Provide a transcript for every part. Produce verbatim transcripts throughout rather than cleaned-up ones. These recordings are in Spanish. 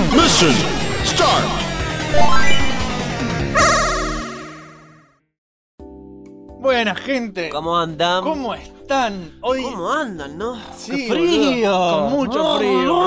Mission start. Buena gente. ¿Cómo andan? ¿Cómo están? Hoy... ¿Cómo andan, no? Sí, ¡Qué frío! boludo, con mucho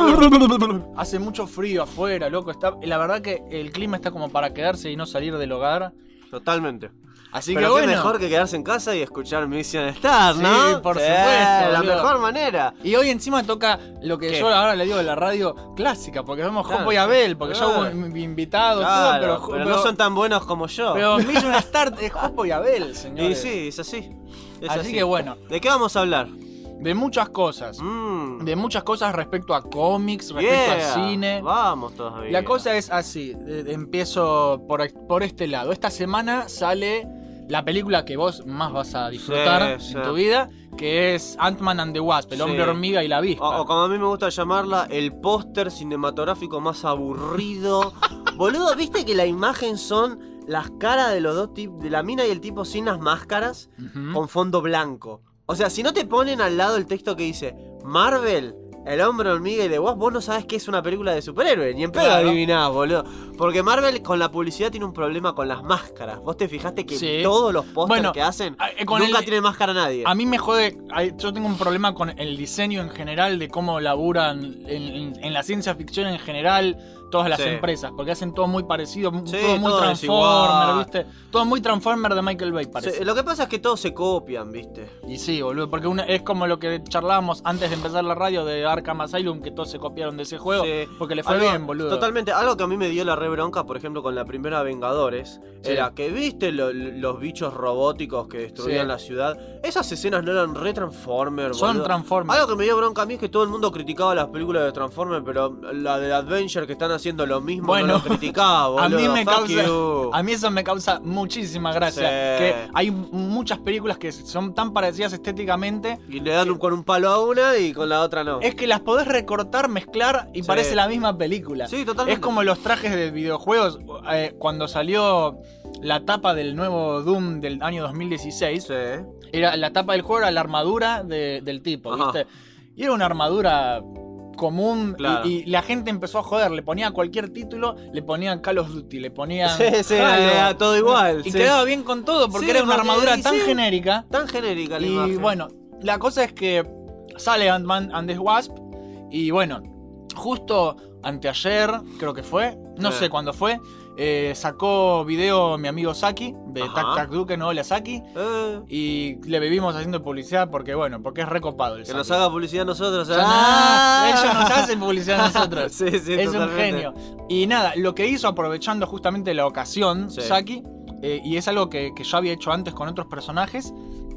frío. Hace mucho frío afuera, loco. Está... La verdad que el clima está como para quedarse y no salir del hogar. Totalmente. Así Pero que qué bueno. mejor que quedarse en casa y escuchar Mission Star, Sí, ¿no? por Sí, supuesto, la boludo. mejor manera. Y hoy encima toca lo que ¿Qué? yo ahora le digo de la radio clásica, porque somos Claro, Jopo y Abel, porque claro. ya hubo invitados, Claro, todo, pero, pero, no son tan buenos como yo. Pero Mission Start es Jopo y Abel, Y señores. sí, es así. Es así, así que bueno, ¿De qué vamos a hablar? de muchas cosas. Mm, De muchas cosas respecto a cómics, respecto yeah. a cine. Vamos todavía. La cosa es así, eh, empiezo por, por este lado. Esta semana sale la película que vos más vas a disfrutar Sí, en sí. tu vida, que es Ant-Man and the Wasp, el Sí. hombre hormiga y la avispa. O, o como a mí me gusta llamarla, el póster cinematográfico más aburrido. Boludo, ¿viste que la imagen son las caras de los dos tipos, de la mina y el tipo sin las máscaras, Ujú. con fondo blanco? O sea, si no te ponen al lado el texto que dice Marvel, el hombre hormiga y The Wasp, vos no sabés que es una película de superhéroes, ni en pedo Claro. adivinás, boludo. Porque Marvel con la publicidad tiene un problema con las máscaras. Vos te fijaste que Sí. todos los pósters Bueno, que hacen eh, con nunca el- tienen máscara nadie. A mí me jode, hay- yo tengo un problema con el diseño en general, de cómo laburan en, en- en la ciencia ficción en general todas las Sí. empresas, porque hacen todo muy parecido, Sí, todo muy todo es Transformer, igual. ¿viste? Todo muy Transformer de Michael Bay parece. Se- lo que pasa es que todos se copian, ¿viste? Y sí, boludo, porque una, es como lo que charlábamos antes de empezar la radio de Arkham Asylum, que todos se copiaron de ese juego, Sí. porque le fue Algo- bien, boludo. Totalmente. Algo que a mí me dio la re bronca, por ejemplo, con la primera Vengadores, Sí. era que viste lo- los bichos robóticos que destruían Sí. la ciudad. Esas escenas no eran re Transformers, Son boludo. Transformers. Algo que me dio bronca a mí es que todo el mundo criticaba las películas de Transformers, pero la de Adventure que están haciendo lo mismo Bueno, no lo criticaba, boludo. A mí me Fuck causa, you. a mí eso me causa muchísima gracia. Sí. Que hay muchas películas que son tan parecidas estéticamente. Y le dan un- con un palo a una y con la otra no. Es que las podés recortar, mezclar y Sí. parece la misma película. Sí, totalmente. Es como los trajes de videojuegos. eh, cuando salió la tapa del nuevo Doom del año dos mil dieciséis, Sí. era, la tapa del juego era la armadura de- del tipo, Ajá. ¿viste? Y era una armadura común, Claro. y, y la gente empezó a joder, le ponía cualquier título, le ponían Call of Duty, le ponían Sí, sí, Halo, era todo igual, y sí. quedaba bien con todo porque Sí, era una porque- armadura y tan sí. genérica. Tan genérica la Y imagen. bueno, la cosa es que sale Ant-Man and the Wasp y bueno, justo anteayer, creo que fue, no Sí. sé cuándo fue, eh, sacó video mi amigo Saki de Ajá. Tac Tac Duke, no, hola Saki, Eh, y le vivimos haciendo publicidad porque bueno, porque es recopado el que Saki. nos haga publicidad a nosotros. Ya ¡Ah! no, ellos nos hacen publicidad a nosotros. Sí, sí, Es un totalmente. genio. Y nada, lo que hizo aprovechando justamente la ocasión, Sí. Saki, eh, y es algo que, que yo había hecho antes con otros personajes,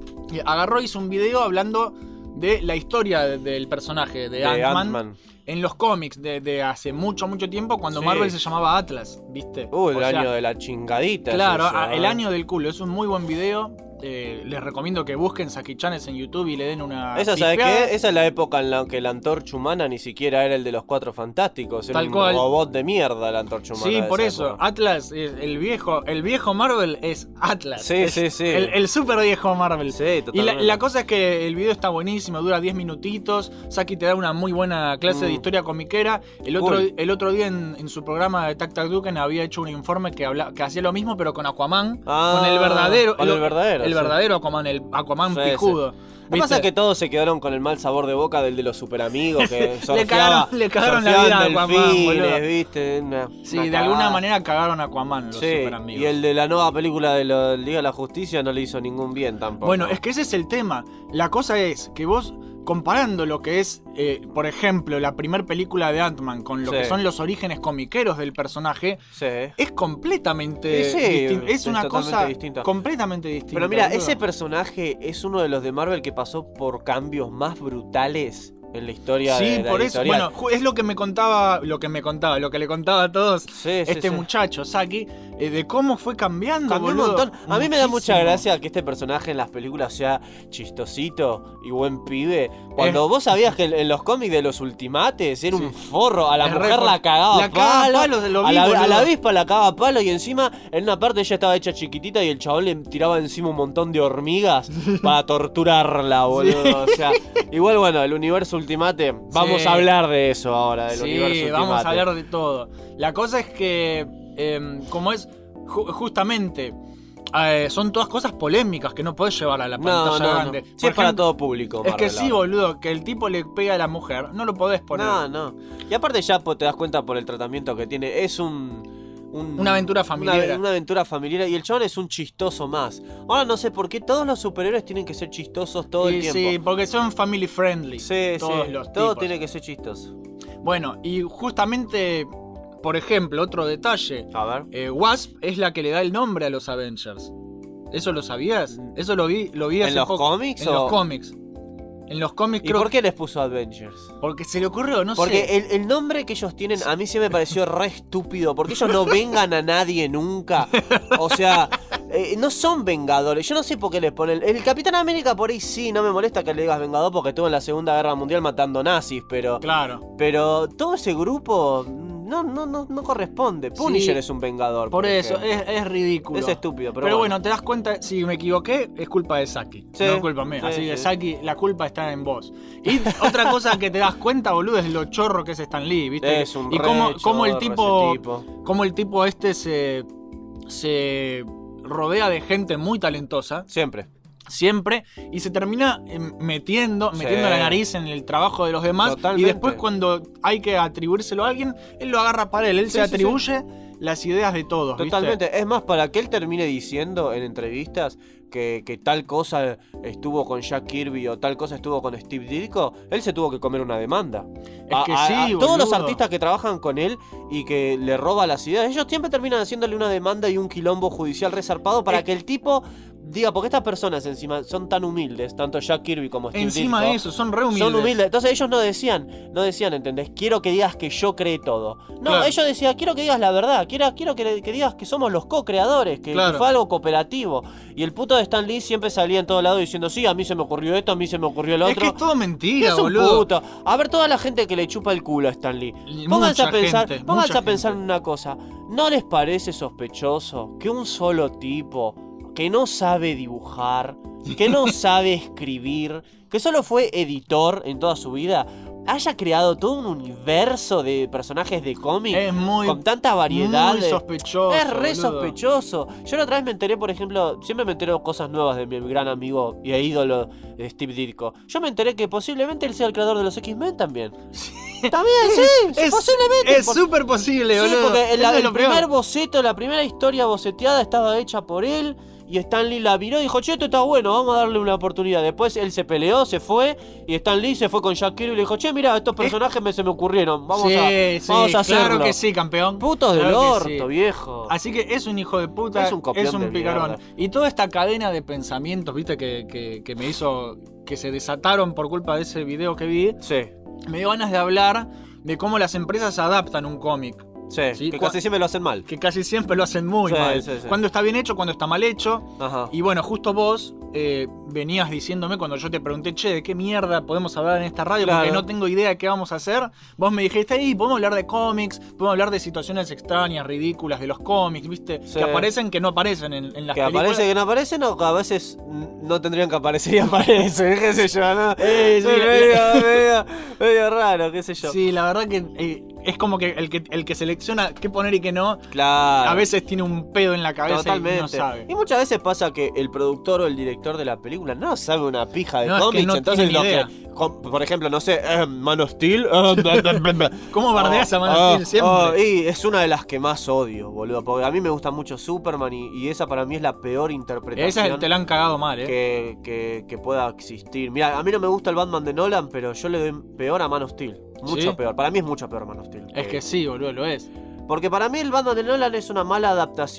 y agarró y hizo un video hablando de la historia de- del personaje de, De Ant-Man Ant-Man. en los cómics de, de hace mucho, mucho tiempo, cuando Sí. Marvel se llamaba Atlas, ¿viste? Uh, el O sea, año de la chingadita. Claro, es eso, a- el ¿eh? año del culo. Es un muy buen video. Eh, les recomiendo que busquen Saki Chanes en YouTube y le den una. Esa, ¿sabes pispeada. qué? Esa es la época en la que la antorcha humana ni siquiera era el de los Cuatro Fantásticos. Era Tal un cual. robot de mierda la antorcha humana. Sí, de por esa eso. época. Atlas, es el viejo, el viejo Marvel es Atlas. Sí, Es sí, sí. El, el super viejo Marvel. Sí, Y la, totalmente. la cosa es que el video está buenísimo, dura diez minutitos. Saki te da una muy buena clase de Mm. historia comiquera. El otro, Cool. el otro día en, en su programa de Tac Tac Duken había hecho un informe que, habla, que hacía lo mismo, pero con Aquaman. Ah, con el verdadero. con el verdadero, El sí. verdadero Aquaman, el Aquaman Sí, pijudo. Lo que pasa es que todos se quedaron con el mal sabor de boca del de los super amigos que surfeaba, Le cagaron- le cagaron la surfeaban vida a Aquaman, delfines, boludo. ¿viste? Una- Sí, una de cagada. alguna manera cagaron a Aquaman los Sí, super amigos. y el de la nueva película de la Liga de la Justicia no le hizo ningún bien tampoco. Bueno, es que ese es el tema. La cosa es que vos, comparando lo que es, eh, por ejemplo, la primera película de Ant-Man con lo Sí. que son los orígenes comiqueros del personaje, Sí. es completamente Sí, sí, distin- Es es una totalmente cosa distinto. completamente distinta. Pero mira, boludo. ese personaje es uno de los de Marvel que pasó por cambios más brutales en la historia Sí, de la por eso. editorial. Bueno, ju- es lo que me contaba, lo que me contaba, lo que le contaba a todos Sí, sí, este sí. muchacho, Saki. eh, de cómo fue cambiando, Cambió un boludo. montón. A mí me da mucha Muchísimo. gracia que este personaje en las películas sea chistosito y buen pibe. Cuando Es- vos sabías que en, en los cómics de los Ultimates era Sí. un forro, a la Es re mujer for- la cagaba la cagaba palo, palo, lo a, vi, la, a boludo. la avispa la cagaba palo y encima en una parte ella estaba hecha chiquitita y el chabón le tiraba encima un montón de hormigas para torturarla, boludo. O sea, igual bueno, el universo Ultimate, vamos Sí. a hablar de eso ahora, del Sí, universo Ultimate. vamos a hablar de todo. La cosa es que, eh, como es ju- justamente, eh, son todas cosas polémicas que no podés llevar a la No, pantalla no, no. grande. Sí, Por es para ejemplo, todo público. Es que Marvel, sí, ahora. boludo, que el tipo le pega a la mujer, no lo podés poner. No, no. Y aparte ya pues, te das cuenta por el tratamiento que tiene. Es un... un- Una aventura familiar. Una, una aventura familiar. Y el chabón es un chistoso más. Ahora no sé por qué todos los superhéroes tienen que ser chistosos todo el Y tiempo. sí, porque son family friendly. sí, todos sí. los Todo tipos. tiene que ser chistoso. Bueno, y justamente, por ejemplo, otro detalle. A ver. eh, Wasp es la que le da el nombre a los Avengers. ¿Eso lo sabías? Eso lo vi, lo vi ¿En hace los poco. cómics En o- los cómics. En los cómics ¿Y creo por qué les puso Avengers? Porque se le ocurrió, no Porque sé. el, el nombre que ellos tienen a mí sí me pareció re estúpido. Porque ellos no vengan a nadie nunca. O sea, eh, no son vengadores. Yo no sé por qué les ponen. El Capitán América por ahí sí, no me molesta que le digas vengador porque estuvo en la Segunda Guerra Mundial matando nazis. Pero, Claro. pero todo ese grupo no, no, no, no corresponde. Punisher Sí, es un vengador. Por eso, ejemplo. es, es ridículo. Es estúpido, pero, Pero, bueno. te das cuenta, si me equivoqué, es culpa de Saki. Sí, no es culpa mía. sí, Así que sí. Saki, la culpa está en vos. Y otra cosa que te das cuenta, boludo, es lo chorro que es Stan Lee, ¿viste? Es un y re cómo, cómo el chorro tipo, ese tipo. cómo el tipo este se, se rodea de gente muy talentosa, Siempre. siempre, y se termina eh, metiendo, Sí. metiendo la nariz en el trabajo de los demás. Totalmente. Y después cuando hay que atribuírselo a alguien, él lo agarra para él. Él Sí, se sí, atribuye las ideas de todos, ¿viste? Totalmente. Es más, para que él termine diciendo en entrevistas que, que tal cosa estuvo con Jack Kirby o tal cosa estuvo con Steve Ditko, él se tuvo que comer una demanda. Es que sí, todos los boludo. artistas que trabajan con él y que le roba las ideas, ellos siempre terminan haciéndole una demanda y un quilombo judicial resarpado para Es- que el tipo diga, porque estas personas encima son tan humildes, tanto Jack Kirby como Steve Encima Ditko, de eso, son re humildes. son humildes. Entonces ellos no decían, no decían, ¿entendés? Quiero que digas que yo creé todo. No, Claro. ellos decían, quiero que digas la verdad, quiero, quiero que, que digas que somos los co-creadores, que, Claro. que fue algo cooperativo. Y el puto de Stan Lee siempre salía en todos lados diciendo, sí, a mí se me ocurrió esto, a mí se me ocurrió el Es otro. que es todo Y mentira, es un boludo. puto. A ver, toda la gente que le chupa el culo a Stan Lee. Y Pónganse mucha a pensar, gente, pónganse mucha a pensar en gente. una cosa. ¿No les parece sospechoso que un solo tipo que no sabe dibujar, que no sabe escribir, que solo fue editor en toda su vida, haya creado todo un universo de personajes de cómic Es muy, con tanta variedad? muy de- sospechoso. es re boludo. sospechoso. Yo la otra vez me enteré, por ejemplo, siempre me entero cosas nuevas de mi gran amigo y ídolo de Steve Ditko. Yo me enteré que posiblemente él sea el creador de los X-Men también. También, sí, Es- posiblemente. Es por- súper posible, Sí, boludo. porque el, Eso es el lo primer peor. boceto, la primera historia boceteada estaba hecha por él. Y Stan Lee la miró y dijo, che, esto está bueno, vamos a darle una oportunidad. Después él se peleó, se fue. Y Stan Lee se fue con Jack Kirby y le dijo, che, mira, estos personajes me, se me ocurrieron. Vamos, sí, a, sí, vamos a hacerlo. claro que sí, campeón. Putos del Claro que orto, sí. viejo. Así que es un hijo de puta, Es un copión de picarón. mierda. Y toda esta cadena de pensamientos, viste, que, que, que me hizo, que se desataron por culpa de ese video que vi, Sí, me dio ganas de hablar de cómo las empresas adaptan un cómic. sí, Sí, que cua- casi siempre lo hacen mal. Que casi siempre lo hacen muy Sí, mal. sí, sí. Cuando está bien hecho, cuando está mal hecho. Ajá. Y bueno, justo vos eh, venías diciéndome cuando yo te pregunté, che, ¿de qué mierda podemos hablar en esta radio? Claro. Porque no tengo idea de qué vamos a hacer. Vos me dijiste, ahí podemos hablar de cómics, podemos hablar de situaciones extrañas, ridículas de los cómics, ¿viste? Sí. Que aparecen, que no aparecen en, en las Que películas. aparece, que no aparecen, o que a veces mm, no tendrían que aparecer y aparecen, qué sé yo, ¿no? Eh, sí, Es medio, medio, medio raro, qué sé yo. Sí, la verdad que eh, es como que el, que el que selecciona qué poner y qué no, Claro. a veces tiene un pedo en la cabeza Totalmente. y no sabe. Y muchas veces pasa que el productor o el director de la película no sabe una pija de No, es que cómics, no entonces tiene lo ni idea. que, com- por ejemplo, no sé, eh, Man of Steel, eh, bla, bla, bla, bla. ¿Cómo bardeas Oh, a Man of oh, Steel siempre? oh, y es una de las que más odio, boludo, porque a mí me gusta mucho Superman y, y esa para mí es la peor interpretación Esa es- te la han cagado mal, ¿eh? que, que, que pueda existir. Mira, a mí no me gusta el Batman de Nolan, pero yo le doy peor a Man of Steel. Mucho ¿Sí? peor. Para mí es mucho peor Man of Steel. Es que sí, boludo, lo es. Porque para mí el Batman de Nolan es una mala adaptación,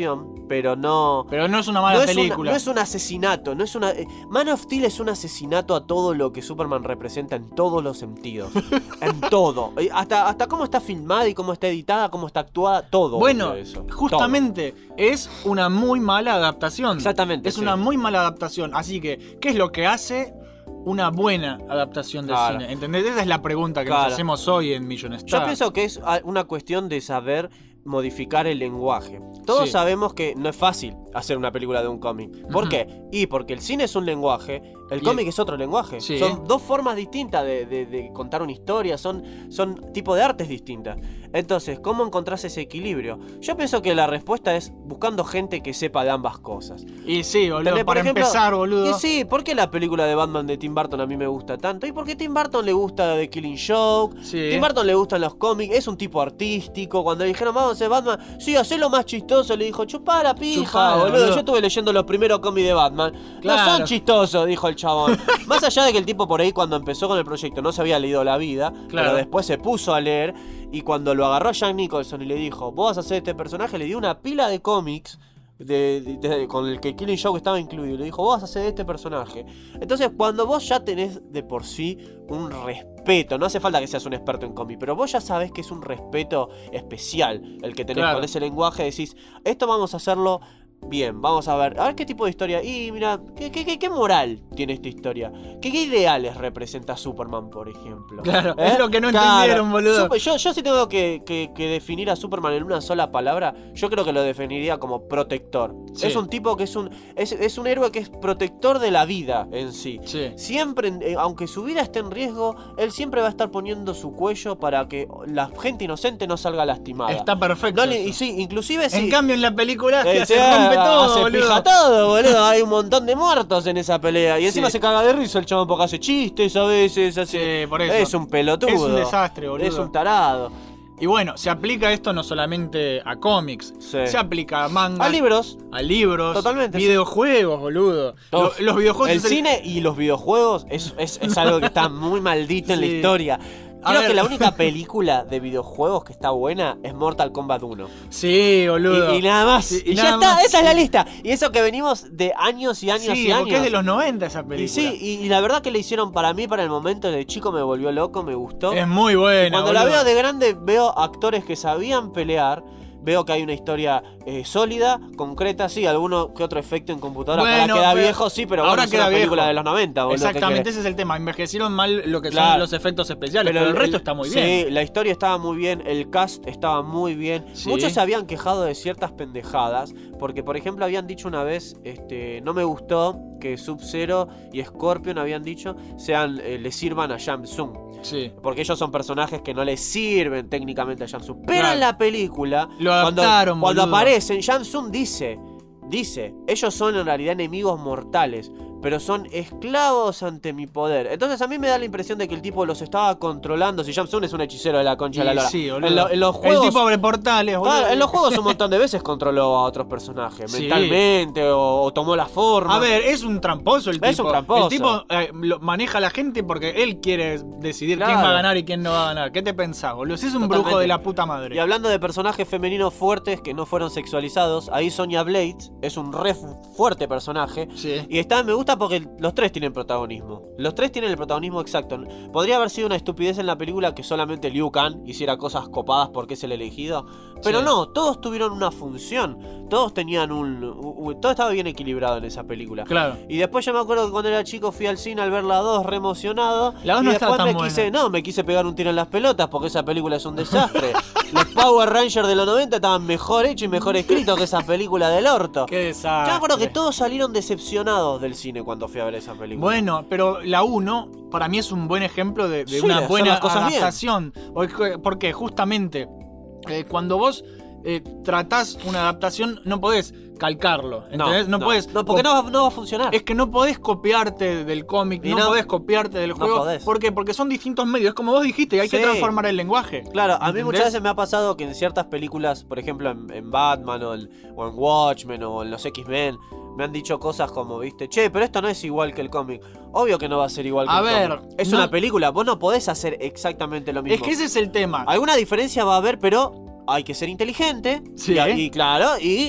pero no... Pero no es una mala no es película. Una, no es un asesinato, no es una... eh, Man of Steel es un asesinato a todo lo que Superman representa en todos los sentidos. En todo. Eh, Hasta, hasta cómo está filmada y cómo está editada, cómo está actuada, todo. Bueno, eso, justamente todo. Es una muy mala adaptación. Exactamente. Es sí. una muy mala adaptación. Así que, ¿qué es lo que hace una buena adaptación del Claro. cine? ¿Entendés? Esa es la pregunta que Claro. nos hacemos hoy en Million Star. Yo pienso que es a- una cuestión de saber modificar el lenguaje. Todos Sí. sabemos que no es fácil hacer una película de un cómic. ¿Por Ujú. qué? Y porque el cine es un lenguaje, el Y cómic el- es otro lenguaje. Sí. Son dos formas distintas de, de- de contar una historia, son, son tipo de artes distintas. Entonces, ¿cómo encontrás ese equilibrio? Yo pienso que la respuesta es buscando gente que sepa de ambas cosas. Y sí, boludo, ¿Entendés? Por para ejemplo, empezar, boludo. Y sí, ¿por qué la película de Batman de Tim Burton a mí me gusta tanto? Y porque Tim Burton le gusta The Killing Joke, Sí. Tim Burton le gustan los cómics, es un tipo artístico. Cuando le dijeron, vamos a hacer Batman, sí, hacelo más chistoso, le dijo, chupá la pija, Chupá, boludo. boludo. Yo estuve leyendo los primeros cómics de Batman. Claro. No son chistosos, dijo el chabón. Más allá de que el tipo por ahí cuando empezó con el proyecto no se había leído la vida, Claro. pero después se puso a leer. Y cuando lo agarró Jack Nicholson y le dijo, vos vas a hacer este personaje, le dio una pila de cómics de, de- de- con el que Killing Joke estaba incluido. Le dijo, vos vas a hacer este personaje. Entonces, cuando vos ya tenés de por sí un respeto, no hace falta que seas un experto en cómic, pero vos ya sabés que es un respeto especial el que tenés Claro. con ese lenguaje. Decís, esto vamos a hacerlo bien, vamos a ver, a ver qué tipo de historia. Y mira, ¿qué, qué, qué, qué moral tiene esta historia? ¿Qué, qué ideales representa Superman, por ejemplo? Claro, ¿Eh? es lo que no Claro. entendieron, boludo. Super- yo, yo sí tengo que, que- que definir a Superman en una sola palabra. Yo creo que lo definiría como protector. Sí. Es un tipo que es un, es, es un héroe que es protector de la vida en sí. Sí. Siempre, eh, aunque su vida esté en riesgo, él siempre va a estar poniendo su cuello para que la gente inocente no salga lastimada. Está perfecto. No le- eso. y sí, inclusive sí. En cambio, en la película Eh, se sí, rompe todo, se boludo. pija todo, boludo. Hay un montón de muertos en esa pelea. Y encima Sí. se caga de risa el chabón porque hace chistes a veces. Hace... Sí, por eso. Es un pelotudo. Es un desastre, boludo. Es un tarado. Y bueno, se aplica esto no solamente a cómics, Sí. se aplica a mangas, A libros. a libros, Totalmente, sí. videojuegos, boludo. Lo- Uf, los videojuegos El es el- cine y los videojuegos es, es- es algo que está muy maldito en la Sí. historia. A Creo ver. que la única película de videojuegos que está buena es Mortal Kombat uno. Sí, boludo. Y, y nada más. Sí, y y ya nada está, más. esa es la lista. Y eso que venimos de años y años Sí, y años. porque es de los noventa esa película. Y sí, y, y la verdad que le hicieron para mí, para el momento de chico, me volvió loco, me gustó. Es muy buena, Cuando la boludo. veo de grande, veo actores que sabían pelear. Veo que hay una historia eh, sólida, concreta, sí, alguno que otro efecto en computadora Bueno, para queda pero viejo, sí, pero ahora bueno, es queda una película viejo. de los noventa, boludo. ¿qué Exactamente, querés? ese es el tema. Envejecieron mal lo que Claro. son los efectos especiales, pero, el resto está muy sí, bien. la historia estaba muy bien, el cast estaba muy bien. Sí. Muchos se habían quejado de ciertas pendejadas, porque por ejemplo habían dicho una vez, este, no me gustó que Sub-Zero y Scorpion habían dicho sean, eh, le sirvan a Shang-Tsung. Sí. Porque ellos son personajes que no les sirven técnicamente a Shang-Tsung. Pero Claro. en la película, Lo cuando, adaptaron, cuando boludo. aparecen, Shang-Tsung dice, dice, ellos son en realidad enemigos mortales, pero son esclavos ante mi poder. Entonces a mí me da la impresión de que el tipo los estaba controlando. Si Shang-Tsung es un hechicero de la concha de la Y lora. sí, boludo. en, lo- en los juegos... El tipo abre portales, boludo. Claro, en los juegos un montón de veces controló a otros personajes, Sí. mentalmente, o, o tomó la forma. A ver, es un tramposo el tipo. Es un tramposo. El tipo eh, lo maneja a la gente porque él quiere decidir Claro. quién va a ganar y quién no va a ganar. ¿Qué te pensás, boludo? Si es un Totalmente. brujo de la puta madre. Y hablando de personajes femeninos fuertes que no fueron sexualizados, ahí Sonya Blade es un re fu- fuerte personaje. Sí. Y está, me gusta porque los tres tienen protagonismo. Los tres tienen el protagonismo exacto. Podría haber sido una estupidez en la película que solamente Liu Kang hiciera cosas copadas porque es el elegido. Pero Sí. no, todos tuvieron una función. Todos tenían un, un- un- todo estaba bien equilibrado en esa película. Claro. Y después yo me acuerdo que cuando era chico fui al cine al ver la dos re emocionado. La dos y no después estaba tan me buena. quise, no, me quise pegar un tiro en las pelotas porque esa película es un desastre. Los Power Rangers de los noventa estaban mejor hechos y mejor escritos que esa película del orto. Qué desastre. Yo me acuerdo que todos salieron decepcionados del cine cuando fui a ver esa película. Bueno, pero la uno para mí es un buen ejemplo de, de Sí, una hacer buena las cosas bien. adaptación. Porque, porque justamente eh, cuando vos eh, tratás una adaptación no podés calcarlo, ¿entendés? No, podés... No, porque no va, no va a funcionar. Es que no podés copiarte del cómic, Y no, no. podés copiarte del No juego. podés. ¿Por qué? Porque son distintos medios. Es como vos dijiste, hay que Sí. transformar el lenguaje. Claro, a mí ¿entendés? muchas veces me ha pasado que en ciertas películas, por ejemplo en, en Batman o en, o en Watchmen o en los X-Men, me han dicho cosas como, viste, che, pero esto no es igual que el cómic. Obvio que no va a ser igual que A el ver, cómic. Es no- una película, vos no podés hacer exactamente lo mismo. Es que ese es el tema. Alguna diferencia va a haber, pero hay que ser inteligente. Sí. Y, y claro, y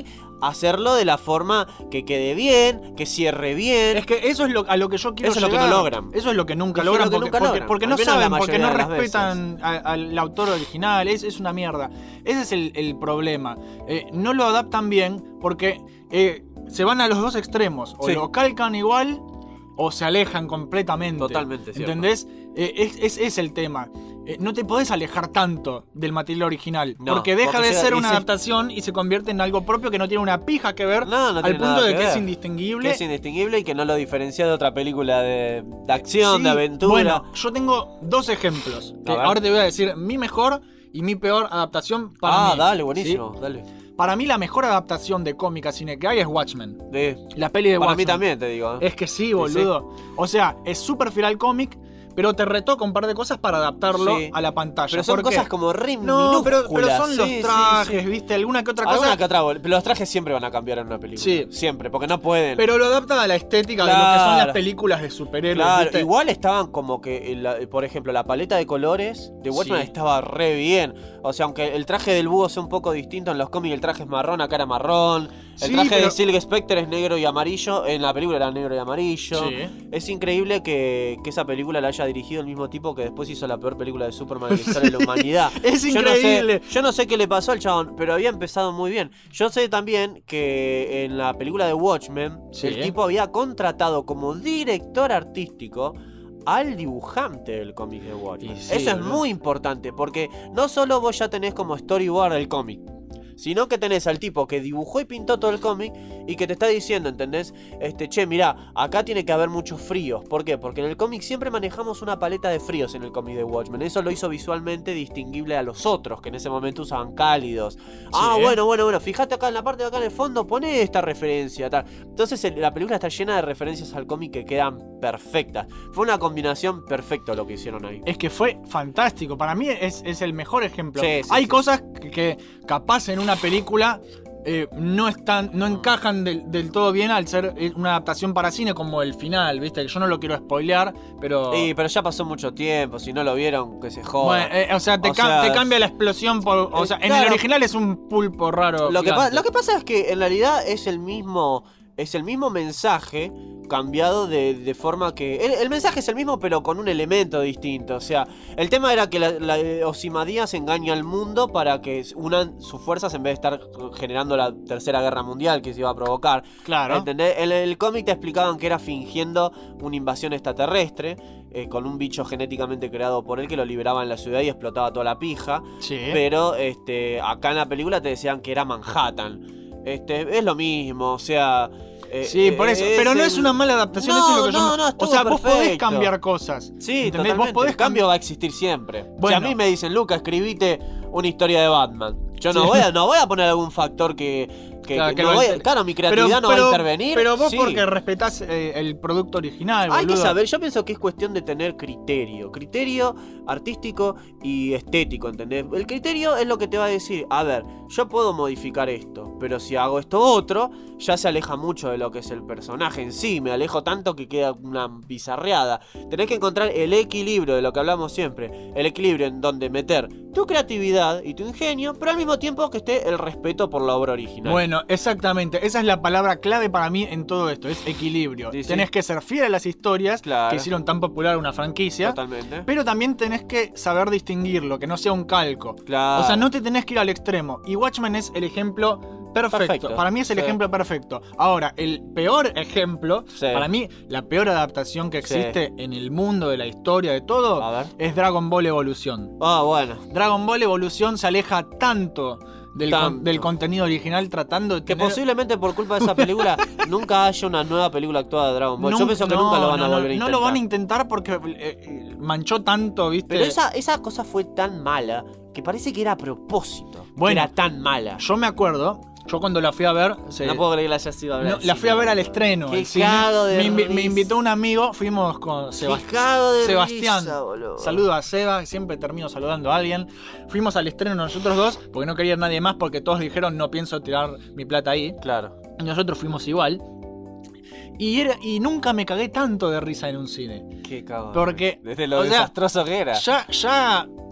hacerlo de la forma que quede bien, que cierre bien. Es que eso es lo, a lo que yo quiero Eso es lo llegar. que no logran. Eso es lo que nunca Eso es logran lo que porque, nunca porque- logran. porque Al no menos la saben, porque mayoría no de las respetan a- al autor original. Es, es una mierda. Ese es el, el problema. Eh, no lo adaptan bien porque eh, se van a los dos extremos. O Sí. lo calcan igual o se alejan completamente. Totalmente cierto. ¿Entendés? Eh, es, es, es el tema. Eh, no te podés alejar tanto del material original. No, porque deja porque de llega- ser y una se- adaptación y se convierte en algo propio que no tiene una pija que ver. No, no al tiene punto nada de que que es ver. indistinguible. Que es indistinguible y que no lo diferencia de otra película de, de acción, Sí, de aventura. Bueno, yo tengo dos ejemplos. Que A ver. ahora te voy a decir mi mejor y mi peor adaptación para ah, mí. dale, buenísimo, ¿sí? dale. Para mí la mejor adaptación de cómic a cine que hay es Watchmen. De, La peli de para Watchmen. mí también, te digo. ¿eh? Es que sí, boludo. O sea, es súper fiel al cómic, pero te retoca un par de cosas para adaptarlo Sí. a la pantalla. Pero son ¿Por qué? cosas como re No, pero, pero minúsculas. son los Sí, sí, trajes, sí. ¿viste? Alguna que otra Alguna cosa. que otra, bol- pero los trajes siempre van a cambiar en una película. Sí. Siempre, porque no pueden. Pero lo adaptan a la estética de lo que son Claro. las películas de superhéroes. Claro, ¿viste? igual estaban como que, la- por ejemplo, la paleta de colores de Watchmen Sí. estaba re bien. O sea, aunque el traje del búho sea un poco distinto en los cómics, el traje es marrón, acá era marrón. El Sí, traje pero- de Silk Spectre es negro y amarillo. En la película era negro y amarillo. Sí. Es increíble que, que esa película la haya dirigido el mismo tipo que después hizo la peor película de Superman en la historia de la humanidad. Es Yo no increíble. sé- Yo no sé qué le pasó al chabón, pero había empezado muy bien. Yo sé también que en la película de Watchmen, Sí. el tipo había contratado como director artístico al dibujante del cómic de Watchmen. Y sí, Eso es boludo. muy importante, porque no solo vos ya tenés como storyboard el cómic, sino que tenés al tipo que dibujó y pintó todo el cómic y que te está diciendo, ¿entendés? Este, che, mirá, acá tiene que haber muchos fríos. ¿Por qué? Porque en el cómic siempre manejamos una paleta de fríos en el cómic de Watchmen. Eso lo hizo visualmente distinguible a los otros, que en ese momento usaban cálidos. Ah, bueno, bueno, bueno, fíjate acá en la parte de acá en el fondo, poné esta referencia, tal. Entonces el- la película está llena de referencias al cómic que quedan perfectas. Fue una combinación perfecta lo que hicieron ahí. Es que fue fantástico. Para mí es, es el mejor ejemplo. Sí, sí, Hay sí. cosas que, que capaz en una película eh, no están, no encajan del, del todo bien al ser eh, una adaptación para cine como el final, ¿viste? Que yo no lo quiero spoilear, pero. Sí, pero ya pasó mucho tiempo, si no lo vieron, que se joda. Bueno, eh, o sea, te, O cam- sea, te cambia la explosión por. O eh, sea, en claro. el original es un pulpo raro. Lo que, pa- gigante. lo que pasa es que en realidad es el mismo. Es el mismo mensaje cambiado de, de forma que... El, el mensaje es el mismo pero con un elemento distinto. O sea, el tema era que la, la Ozymandias engaña al mundo para que unan sus fuerzas en vez de estar generando la tercera guerra mundial que se iba a provocar. Claro. ¿Entendés? En el cómic te explicaban que era fingiendo una invasión extraterrestre eh, con un bicho genéticamente creado por él que lo liberaba en la ciudad y explotaba toda la pija. Sí. Pero este, acá en la película te decían que era Manhattan. Este, es lo mismo, o sea... eh, Sí, por eso. eh, Pero no el- es una mala adaptación, No, eso es lo que yo. no, me- no, o estuvo sea, vos podés perfecto. cambiar cosas. Sí, ¿entendés? totalmente. Vos podés El cambio cambiar. va a existir siempre. Si Bueno. a mí me dicen, Luca, escribite una historia de Batman. Yo no, Sí. voy a, no voy a poner algún factor que... que- Claro, que que no lo voy- inter- claro, mi creatividad no va a intervenir. Pero vos sí. porque respetás eh, el producto original, Hay que boludo. saber, yo pienso que es cuestión de tener criterio, criterio artístico y estético, ¿entendés? El criterio es lo que te va a decir, a ver, yo puedo modificar esto, pero si hago esto otro, ya se aleja mucho de lo que es el personaje en sí, me alejo tanto que queda una bizarreada. Tenés que encontrar el equilibrio de lo que hablamos siempre, el equilibrio en donde meter tu creatividad y tu ingenio, pero al mismo tiempo que esté el respeto por la obra original. Bueno, exactamente. Esa es la palabra clave para mí en todo esto, es equilibrio. Sí, sí. Tenés que ser fiel a las historias Claro. que hicieron tan popular una franquicia. Totalmente. Pero también tenés que saber distinguirlo, que no sea un calco. Claro. O sea, no te tenés que ir al extremo. Y Watchmen es el ejemplo perfecto. Perfecto. Para mí es el Sí. ejemplo perfecto. Ahora, el peor ejemplo, Sí. para mí, la peor adaptación que Sí. existe en el mundo de la historia de todo, A ver. es Dragon Ball Evolución. Ah, bueno. Dragon Ball Evolución se aleja tanto del, con- Tanto. del contenido original tratando de Que tener... posiblemente por culpa de esa película nunca haya una nueva película actuada de Dragon Ball. Yo Nunca- pienso que no, nunca lo van no, a no, volver a no intentar. lo van a intentar porque eh, eh, manchó tanto, ¿viste? Pero esa, esa cosa fue tan mala que parece que era a propósito. Bueno, que era tan mala. Yo me acuerdo, yo cuando la fui a ver... se- No puedo creer que la hayas ido a ver. No, al la fui a cine. ver al estreno. Qué al cine. cago de me, invi- risa. me invitó un amigo, fuimos con Sebas- Qué cago de Sebastián. risa, boludo. Saludo a Seba, siempre termino saludando a alguien. Fuimos al estreno nosotros dos, porque no quería ir nadie más, porque todos dijeron no pienso tirar mi plata ahí. Claro. Y nosotros fuimos igual. Y, era, y nunca me cagué tanto de risa en un cine. Qué cago. Porque, Desde lo o sea, desastroso que era. Ya, ya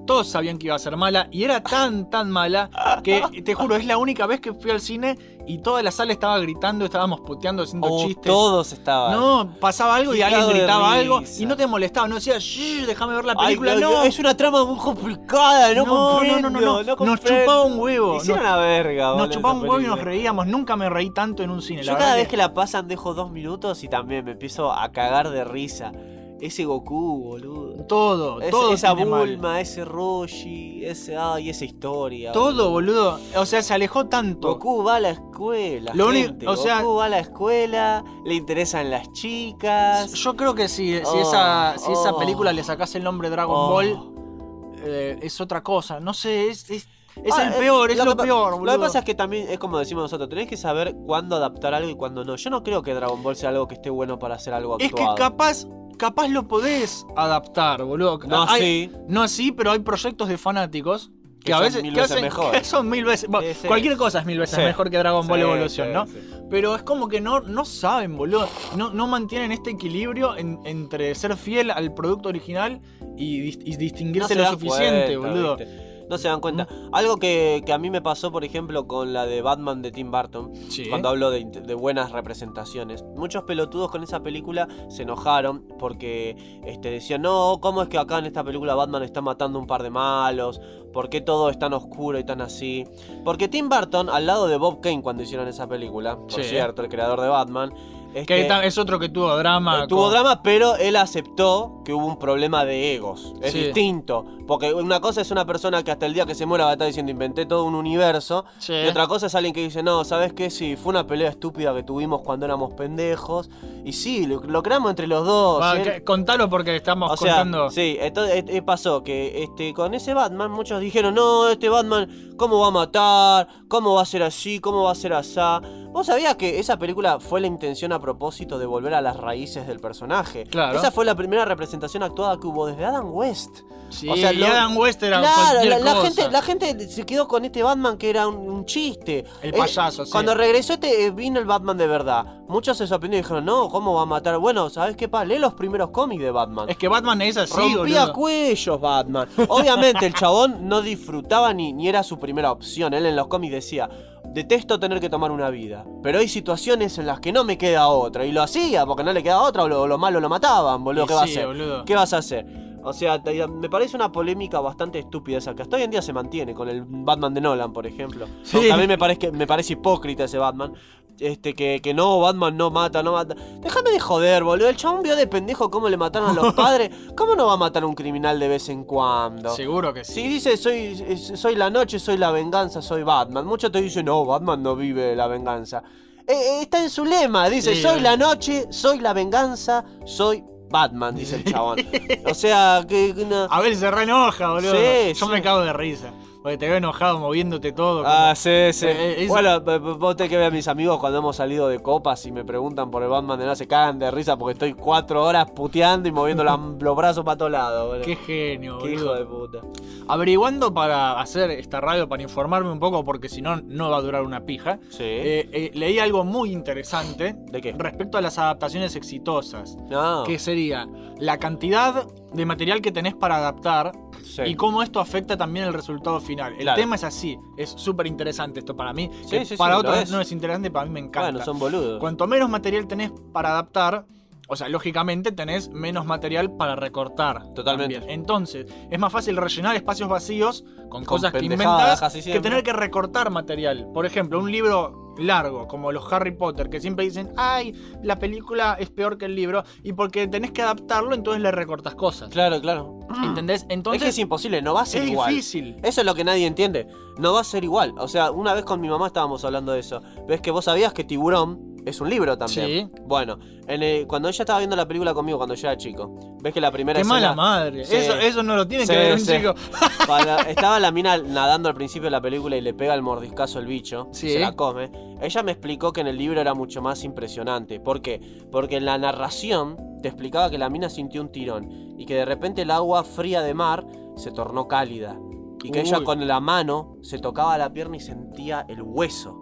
todos sabían que iba a ser mala y era tan, tan mala que, te juro, es la única vez que fui al cine y toda la sala estaba gritando, estábamos puteando, haciendo Oh, chistes. todos estaban. No, pasaba algo y alguien Cagado de gritaba algo risa. y no te molestaba, no decía, shh, déjame ver la Ay, película, no, no. Es una trama muy complicada, no, no, no, comprendo, no, no, no, no nos comprendo. chupaba un huevo. Hicieron Nos, una verga, nos boludo, chupaba un esa huevo y nos película. reíamos. Nunca me reí tanto en un cine. Yo la cada verdad vez que la pasan dejo dos minutos y también me empiezo a cagar de risa. Ese Goku, boludo. Todo, Es- todo. esa tiene mal. Bulma, ese Roshi, ese, ay, esa historia. Todo, boludo. O sea, se alejó tanto. Goku va a la escuela, Lo único- gente. o sea- Goku va a la escuela, le interesan las chicas. Yo creo que si, si, Oh, esa, si esa oh. película le sacás el nombre Dragon Oh. Ball, eh, es otra cosa. No sé, es, es, es Ah, el eh, peor, es lo, que pa- peor, Lo boludo. que pasa es que también es como decimos nosotros, tenés que saber cuándo adaptar algo y cuándo no. Yo no creo que Dragon Ball sea algo que esté bueno para hacer algo Es actuado. que capaz, capaz lo podés adaptar, boludo. No Hay- así. No así, pero hay proyectos de fanáticos que, Que a son veces mil que veces hacen- mejores. que son mil veces. bueno, Sí, sí. Cualquier cosa es mil veces Sí. mejor que Dragon Ball Sí, Evolution, sí, ¿no? sí. Pero es como que no, no saben, boludo. No, no mantienen este equilibrio en- entre ser fiel al producto original y, dis- y distinguirse se lo dan suficiente, cuenta, boludo. ¿viste? No se dan cuenta. Algo que, que a mí me pasó, por ejemplo, con la de Batman de Tim Burton, Sí. cuando hablo de, de buenas representaciones. Muchos pelotudos con esa película se enojaron porque este, decían, no, ¿cómo es que acá en esta película Batman está matando un par de malos? ¿Por qué todo es tan oscuro y tan así? Porque Tim Burton, al lado de Bob Kane cuando hicieron esa película, por Sí. cierto, el creador de Batman, Que este, ta- es otro que tuvo drama. eh, tuvo con- drama, pero él aceptó que hubo un problema de egos. Es Sí. distinto. Porque una cosa es una persona que hasta el día que se muera va a estar diciendo inventé todo un universo. Sí. Y otra cosa es alguien que dice, no, ¿sabes qué? Sí, fue una pelea estúpida que tuvimos cuando éramos pendejos. Y sí, lo, lo creamos entre los dos. Va, Él- que- contalo porque estamos o sea, contando. sí, entonces eh, pasó que este, con ese Batman muchos dijeron, no, este Batman, ¿cómo va a matar? ¿Cómo va a ser así? ¿Cómo va a ser asá? ¿Vos sabías que esa película fue la intención a propósito de volver a las raíces del personaje? Claro. Esa fue la primera representación actuada que hubo desde Adam West. Sí, o sea, y lo- Adam West era Claro, cualquier la, la cosa. gente, la gente se quedó con este Batman que era un, un chiste. El Eh, payaso, sí. Cuando regresó este, eh, vino el Batman de verdad. Muchos se sorprendieron y dijeron, no, ¿cómo va a matar? Bueno, ¿sabes qué, pa? Lee los primeros cómics de Batman. Es que Batman es así, Rompía boludo. cuellos Batman. Obviamente el chabón no disfrutaba ni, ni era su primera opción. Él en los cómics decía, detesto tener que tomar una vida, pero hay situaciones en las que no me queda otra. Y lo hacía porque no le queda otra o lo, lo malo lo mataban, boludo. Y ¿Qué va a sí, hacer? boludo. ¿Qué vas a hacer? O sea, te- me parece una polémica bastante estúpida esa que hasta hoy en día se mantiene con el Batman de Nolan, por ejemplo. Sí. Aunque a mí me parece, me parece hipócrita ese Batman. Este, que, que no, Batman no mata, no mata. Déjame de joder, boludo. El chabón vio de pendejo cómo le mataron a los padres. ¿Cómo no va a matar a un criminal de vez en cuando? Seguro que sí. Si dice soy, soy la noche, soy la venganza, soy Batman. Muchos te dicen, no, Batman no vive la venganza. Eh, eh, está en su lema, dice, Sí, soy eh. la noche, soy la venganza, soy Batman, dice el chabón. O sea, que... que no- A ver, se re enoja, boludo. Sí, Yo sí. me cago de risa. Porque te veo enojado moviéndote todo. Ah, sí, sí. Eh, eh, eso- Bueno, p- p- vos tenés que ver a mis amigos cuando hemos salido de copas y me preguntan por el Batman de no se cagan de risa porque estoy cuatro horas puteando y moviendo la- los brazos para todos lados, boludo. Qué genio, Qué hijo boludo. de puta. Averiguando para hacer esta radio, para informarme un poco, porque si no, no va a durar una pija. Sí. eh, eh, leí algo muy interesante ¿De qué? respecto a las adaptaciones exitosas. No. Que sería la cantidad de material que tenés para adaptar Sí. y cómo esto afecta también el resultado final. El Claro. tema es así, es súper interesante esto para mí. Sí, que sí, para sí, otros lo es. no es interesante, para mí me encanta. Bueno, son boludos. Cuanto menos material tenés para adaptar, o sea, lógicamente tenés menos material para recortar. Totalmente. también. Entonces, es más fácil rellenar espacios vacíos con, Con cosas que pendejadas, inventas casi que siempre. tener que recortar material. Por ejemplo, un libro largo, como los Harry Potter, que siempre dicen, ay, la película es peor que el libro, y porque tenés que adaptarlo, entonces le recortas cosas. Claro, claro. ¿Entendés? es Entonces, que es imposible, no va a ser es igual. difícil. Eso es lo que nadie entiende. No va a ser igual. O sea, una vez con mi mamá estábamos hablando de eso. Ves que vos sabías que Tiburón es un libro también. Sí. Bueno, en el- cuando ella estaba viendo la película conmigo cuando yo era chico, ves que la primera Qué escena... mala madre. Sí. Eso, eso no lo tiene Sí, que ver un sí. chico. Cuando estaba la mina nadando al principio de la película y le pega el mordiscazo al bicho, Sí. se la come. Ella me explicó que en el libro era mucho más impresionante. ¿Por qué? Porque en la narración te explicaba que la mina sintió un tirón y que de repente el agua fría de mar se tornó cálida. Y que ella Uy. con la mano se tocaba la pierna y sentía el hueso.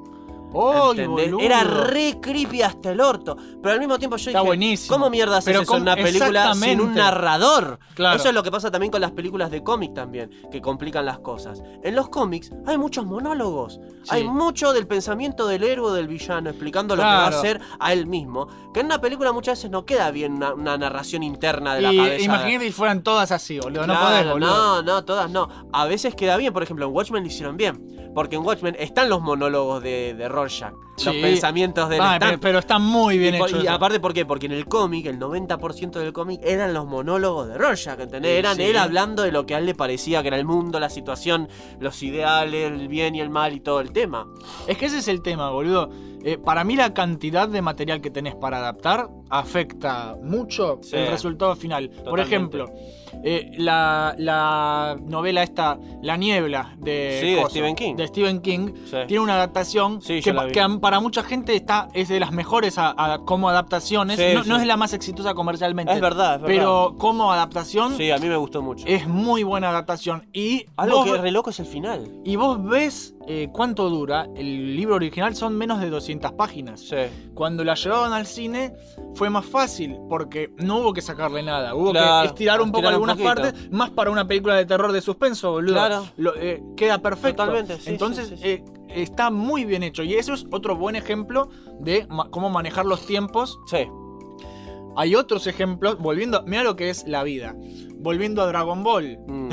¡Oh, ¿entendés? boludo! Era re creepy hasta el orto. Pero al mismo tiempo yo Está dije, buenísimo. ¿cómo mierda haces Pero eso en cómo- una película sin un exactamente. narrador? Claro. Eso es lo que pasa también con las películas de cómic también, que complican las cosas. En los cómics hay muchos monólogos. Sí. Hay mucho del pensamiento del héroe o del villano explicando lo que Claro. va a hacer a él mismo. Que en una película muchas veces no queda bien una, una narración interna de la Y cabeza. imagínate si fueran todas así, boludo. No Claro, podés, boludo. no, no, todas no. A veces queda bien, por ejemplo, en Watchmen lo hicieron bien. Porque en Watchmen están los monólogos de, de Rorschach, los Sí. pensamientos del Ah, Stan. pero, pero está muy bien Y, por- hecho. y eso. aparte, ¿por qué? Porque en el cómic, el noventa por ciento del cómic eran los monólogos de Rorschach, ¿entendés? Sí, Eran sí. él hablando de lo que a él le parecía que era el mundo, la situación, los ideales, el bien y el mal y todo el tema. Es que ese es el tema, boludo. Eh, para mí la cantidad de material que tenés para adaptar afecta mucho Sí. el resultado final. Por Totalmente. ejemplo, eh, la, la novela esta, La Niebla, de, Sí, de coso, Stephen King. de Stephen King, Sí. tiene una adaptación Sí, que, yo la pa- vi. que a- para mucha gente está, es de las mejores a- a- como adaptaciones. Sí, no, sí. no es la más exitosa comercialmente. Es verdad, es verdad. Pero como adaptación Sí, a mí me gustó mucho. es muy buena adaptación. Y Algo vos- que es re loco es el final. y vos ves eh, cuánto dura. El libro original son menos de doscientas páginas. Sí. Cuando la llevaban al cine fue más fácil porque no hubo que sacarle nada. Hubo Claro, que estirar un poco estirar un algunas poquito. partes, más para una película de terror de suspenso, boludo. Claro. Lo- eh, queda perfecto. Totalmente, sí, Entonces sí, sí, sí. eh, está muy bien hecho. Y eso es otro buen ejemplo de ma- cómo manejar los tiempos. Sí. Hay otros ejemplos, volviendo, mira lo que es la vida. Volviendo a Dragon Ball. Mm.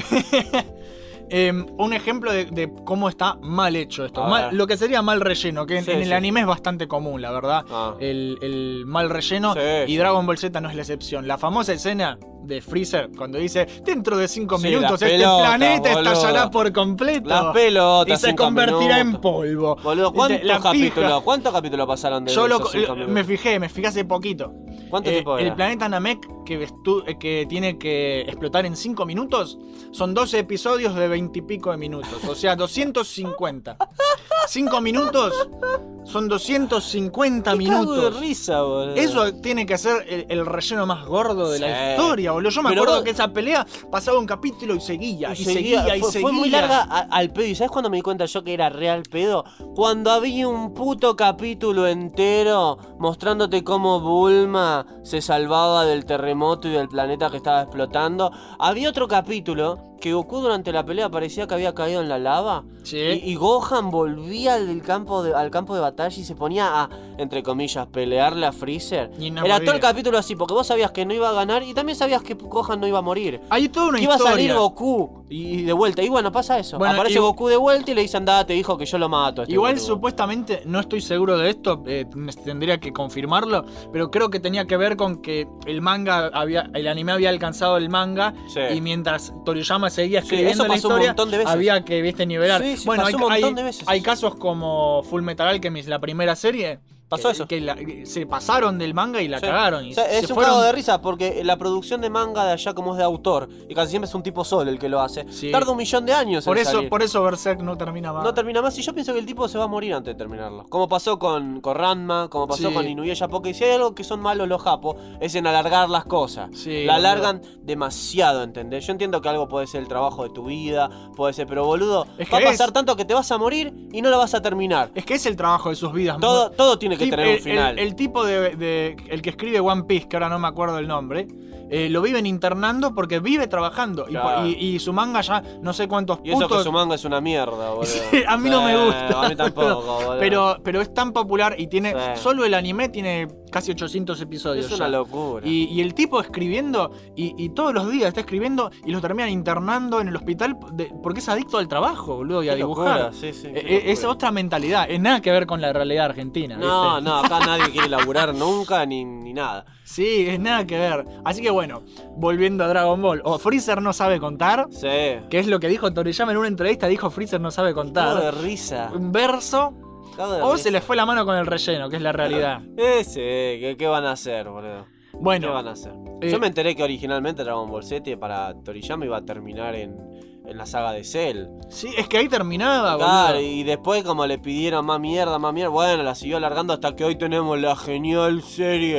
Eh, un ejemplo de, de cómo está mal hecho esto. A Mal- ver. lo que sería mal relleno, que en, Sí, en el sí. anime es bastante común, la verdad. Ah. El, el mal relleno. Sí, y sí. Dragon Ball Z no es la excepción. La famosa escena de Freezer, cuando dice, dentro de cinco Sí, minutos las este pelotas, planeta boludo. estallará por completo. Las pelotas. y se cinco convertirá en minutos. polvo. Boludo, Y ¿cuántos te- la capítulos? pija. ¿Cuántos capítulos pasaron de Yo lo- esos cinco lo- minutos? me fijé, me fijé hace poquito. ¿Cuánto Eh, tiempo el era? planeta Namek que, estu- eh, que tiene que explotar en cinco minutos son doce episodios de veinte y pico de minutos. O sea, doscientos cincuenta. cinco minutos son doscientos cincuenta Me cago de minutos. risa, boludo. Eso tiene que ser el, el relleno más gordo de la Sí. historia, boludo. Yo me Pero acuerdo vos- que esa pelea pasaba un capítulo y seguía, y, Y seguía, seguía, y fue, seguía. fue muy larga a- al pedo. ¿Y sabes cuándo me di cuenta yo que era real pedo? Cuando había un puto capítulo entero mostrándote cómo Bulma se salvaba del terremoto y del planeta que estaba explotando. Había otro capítulo que Goku durante la pelea parecía que había caído en la lava. Sí. Y, y Gohan volvía al campo, de, al campo de batalla y se ponía a, entre comillas, pelearle a Freezer. Y no Era moría. todo el capítulo así, porque vos sabías que no iba a ganar y también sabías que Gohan no iba a morir. Hay toda una Que iba a salir historia. Goku y, y de vuelta. Y bueno, pasa eso. Bueno, Aparece y- Goku de vuelta y le dicen, date, hijo, que yo lo mato. a este Igual boludo". supuestamente, no estoy seguro de esto, eh, tendría que confirmarlo, pero creo que tenía que ver con que el manga había, el anime había alcanzado el manga Sí. y mientras Toriyama seguía Sí, escribiendo eso la pasó un historia, montón de veces. había que, viste, nivelar. Sí, sí, bueno, pasó hay, un montón hay- de veces hay eso. casos como Full Metal Alchemist, la primera serie. Pasó que- eso. Que la- se pasaron del manga y la Sí. cagaron. Y O sea, se es un fueron- cago de risa porque la producción de manga de allá como es de autor y casi siempre es un tipo solo el que lo hace. Sí. Tarda un millón de años Por en eso, salir. por eso Berserk no termina más. No termina más y yo pienso que el tipo se va a morir antes de terminarlo. Como pasó con, con Ranma, como pasó Sí. con Inuyasha, porque si hay algo que son malos los japos es en alargar las cosas. Sí, la boludo. alargan demasiado, ¿entendés? Yo entiendo que algo puede ser el trabajo de tu vida, puede ser, pero boludo, Es va a que pasar es- tanto que te vas a morir y no la vas a terminar. Es que es el trabajo de sus vidas. Todo, todo tiene que Tip- tener el, un final. El, el tipo de, de- el que escribe One Piece, que ahora no me acuerdo el nombre, eh, lo viven internando porque vive trabajando. Y Claro. por- Y, y su manga ya no sé cuántos Y eso putos. que su manga es una mierda, boludo. Sí, a mí no me Sí, gusta. A mí tampoco, boludo. Pero, pero es tan popular y tiene. Sí. Solo el anime tiene casi ochocientos episodios. es una ya. locura. Y, y el tipo escribiendo, y, y todos los días está escribiendo y los terminan internando en el hospital de- porque es adicto al trabajo, boludo, y a Qué dibujar. locura, sí, sí, qué Eh, eh, es locura. otra mentalidad, es nada que ver con la realidad argentina. No, ¿viste? no, acá nadie quiere laburar nunca ni, ni nada. Sí, es nada que ver. Así que bueno, volviendo a Dragon Ball, o Freezer no sabe contar, Sí. que es lo que dijo Toriyama en una entrevista, dijo Freezer no sabe Cago de contar. risa. Un verso, Cago de o risa. se les fue la mano con el relleno, que es la realidad. Ese, ¿qué, qué van a hacer, boludo? ¿Qué Bueno, van a hacer? eh, Yo me enteré que originalmente Dragon Ball Z para Toriyama iba a terminar en, en la saga de Cell. sí, es que ahí terminaba, Claro, boludo. y después como le pidieron más mierda, más mierda, bueno, la siguió alargando hasta que hoy tenemos la genial serie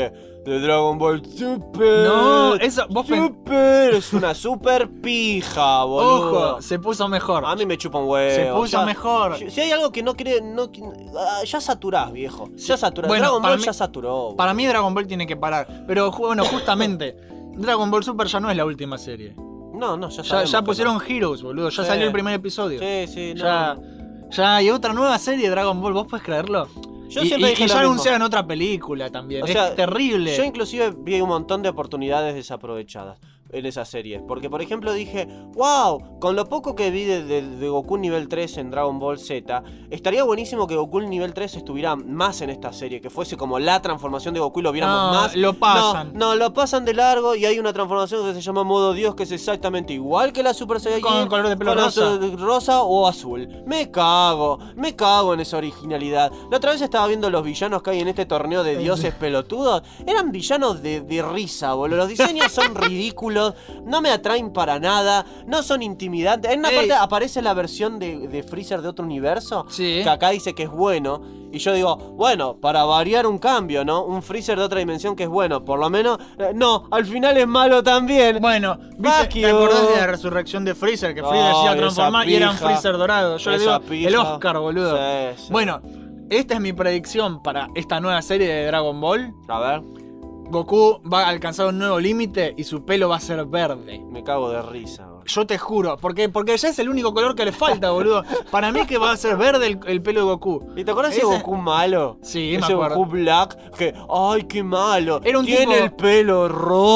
de Dragon Ball Super. No, eso, vos pen- Super, es una super pija, boludo. Ojo, se puso mejor. A mí me chupa un huevo. Se puso ya- mejor. Si hay algo que no quiere, no, ah, ya saturás, viejo. Ya saturás. Bueno, Dragon para Ball mí- ya saturó. Para mí Dragon Ball tiene que parar. Pero ju- bueno, justamente, Dragon Ball Super ya no es la última serie. No, no, ya Ya, sabemos ya que pusieron Heroes, boludo. Ya Sí. salió el primer episodio. no. Sí, sí, no. Ya, ya hay otra nueva serie de Dragon Ball, ¿vos podés creerlo? Yo y siempre y- dije y lo ya mismo. anunciaron otra película también. O es sea, terrible. Yo inclusive vi un montón de oportunidades desaprovechadas en esa serie. Porque por ejemplo dije, wow, con lo poco que vi de, de- de Goku nivel tres en Dragon Ball Z, estaría buenísimo que Goku nivel tres estuviera más en esta serie, que fuese como la transformación de Goku y lo viéramos No, más. lo pasan. No, no, lo pasan de largo y hay una transformación que se llama modo Dios, que es exactamente igual que la Super Saiyajin. Con color de pelo con rosa. azul- rosa o azul. Me cago, me cago en esa originalidad. La otra vez estaba viendo los villanos que hay en este torneo de dioses pelotudos. Eran villanos de, de risa, boludo. Los diseños son ridículos, no me atraen para nada, no son intimidantes. En una Ey. parte aparece la versión de, de Freezer de otro universo, Sí. que acá dice que es bueno. Y yo digo, bueno, para variar un cambio, ¿no? Un Freezer de otra dimensión que es bueno, por lo menos. eh, no, al final es malo también. Bueno, Fuck ¿viste? ¿Te you. acordás de la resurrección de Freezer? Que Freezer se iba a Ay, transformar esa y era un pija. Freezer dorado. Yo le Esa digo pija. el Oscar, boludo. Sí, sí. Bueno, esta es mi predicción para esta nueva serie de Dragon Ball. A ver, Goku va a alcanzar un nuevo límite y su pelo va a ser verde. me cago de risa, boludo. Yo te juro, porque, porque ya es el único color que le falta, boludo. Para mí que va a ser verde el, el pelo de Goku. ¿Y te acuerdas de ese Ese- Goku malo? Sí, me ese acuerdo. Goku Black que, ay, qué malo. Era un Tiene tipo- el pelo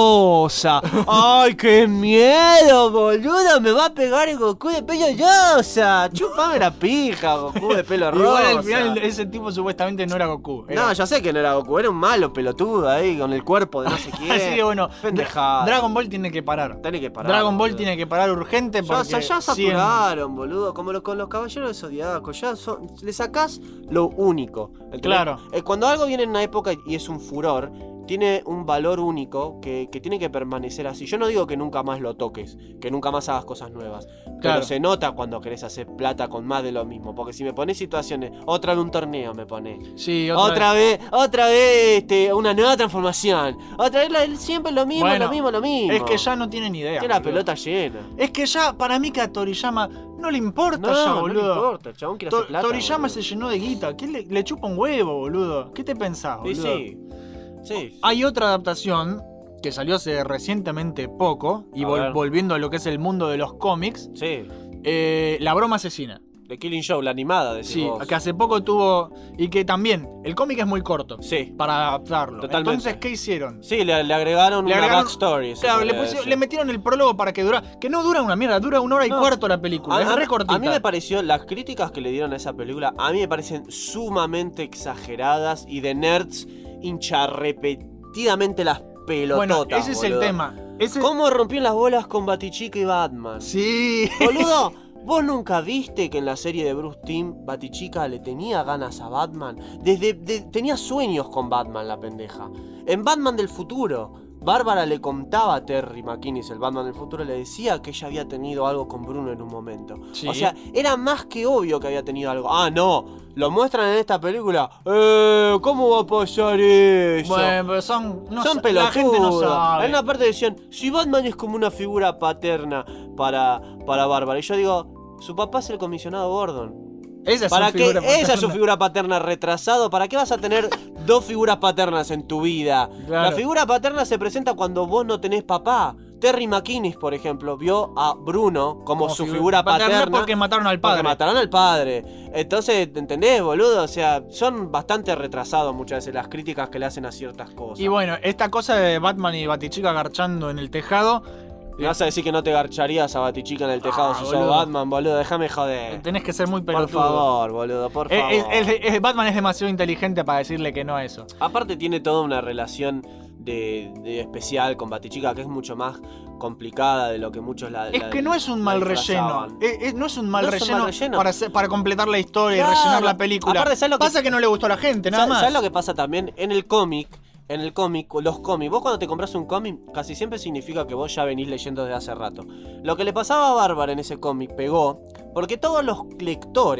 rosa. Ay, qué miedo, boludo. Me va a pegar el Goku de pelo rosa. Chúpame la pija, Goku de pelo rosa. Igual al final ese tipo supuestamente no era Goku. Era... No, ya sé que no era Goku, era un malo pelotudo ahí con el cuerpo de no sé quién. Así que bueno, Pendejada. Dragon Ball tiene que parar. Tiene que parar. Dragon Ball boludo. tiene que parar urgente Ya, porque ya, ya siguen- saturaron, boludo. Como lo- con los caballeros de Zodiaco. Ya son- le sacás lo único. ¿entendés? Claro. Eh, cuando algo viene en una época y es un furor, tiene un valor único que, que tiene que permanecer así. Yo no digo que nunca más lo toques, que nunca más hagas cosas nuevas. Pero Claro. se nota cuando querés hacer plata con más de lo mismo. Porque si me pones situaciones, otra vez un torneo me pone. Sí, Otra, vez, otra vez este, una nueva transformación. Otra vez la- siempre lo mismo, Bueno, lo mismo, lo mismo. Es que ya no tienen idea. Tiene la boludo. pelota llena. Es que ya, para mí que a Toriyama no le importa No, ya, no le boludo. importa, el chabón quiere To- hacer plata. Toriyama boludo. se llenó de guita. ¿Qué le, le chupa un huevo, boludo? ¿Qué te pensás, Sí, boludo? sí. Sí. Hay otra adaptación que salió hace recientemente poco, y A vol- ver. volviendo a lo que es el mundo de los cómics, Sí. eh, La Broma Asesina. The Killing Show, la animada, decís Sí, vos. que hace poco tuvo... Y que también, el cómic es muy corto Sí. para adaptarlo. Totalmente. Entonces, ¿qué hicieron? Sí, le, le agregaron Le una agregaron- backstory. se Claro, le, podría pusi- decir. le metieron el prólogo para que dura... Que no dura una mierda, dura una hora y No. cuarto la película. A, es a- re cortita. a mí me pareció, las críticas que le dieron a esa película, a mí me parecen sumamente exageradas y de nerds hincha repetidamente las pelototas. Bueno, ese es el boludo. tema. Ese... ¿Cómo rompieron las bolas con Batichica y Batman? Sí. Boludo, ¿vos nunca viste que en la serie de Bruce Timm Batichica le tenía ganas a Batman? Desde de- tenía sueños con Batman, la pendeja. En Batman del futuro, Bárbara le contaba a Terry McInnes, el Batman del futuro, le decía que ella había tenido algo con Bruno en un momento. Sí. O sea, era más que obvio que había tenido algo. Ah, no, lo muestran en esta película. Eh, ¿cómo va a pasar eso? Bueno, pero son... No Son sa- pelotudos. La gente no sabe. En una parte decían, si Batman es como una figura paterna para, para Bárbara. Y yo digo, su papá es el comisionado Gordon. Esa es ¿Para su qué? figura Esa es su paterna. figura paterna retrasado. ¿Para qué vas a tener dos figuras paternas en tu vida? Claro. La figura paterna se presenta cuando vos no tenés papá. Terry McInnes, por ejemplo, vio a Bruno como, Como su figu- figura paterna. porque mataron al padre. Porque mataron al padre. Entonces, ¿entendés, boludo? O sea, son bastante retrasados muchas veces las críticas que le hacen a ciertas cosas. Y bueno, esta cosa de Batman y Batichica garchando en el tejado, ¿Me vas a decir que no te garcharías a Batichica en el tejado Ah, si boludo. sos Batman, boludo? Déjame joder. tenés que ser muy Por pelotudo. favor, boludo, por Eh, favor. es- es- es- Batman es demasiado inteligente para decirle que no a eso. Aparte tiene toda una relación de, de especial con Batichica que es mucho más complicada de lo que muchos la Es la- que no es un la mal disfrazaban. relleno. Eh, eh, no es un mal No es un relleno, mal relleno. Para, hacer- para completar la historia Claro. y rellenar la película. Aparte, ¿sabes lo que- Pasa que no le gustó a la gente, nada ¿Sabes- más. ¿Sabes lo que pasa también? En el cómic, en el cómic, los cómics, vos cuando te compras un cómic, casi siempre significa que vos ya venís leyendo desde hace rato. Lo que le pasaba a Bárbara en ese cómic pegó, porque todos los lectores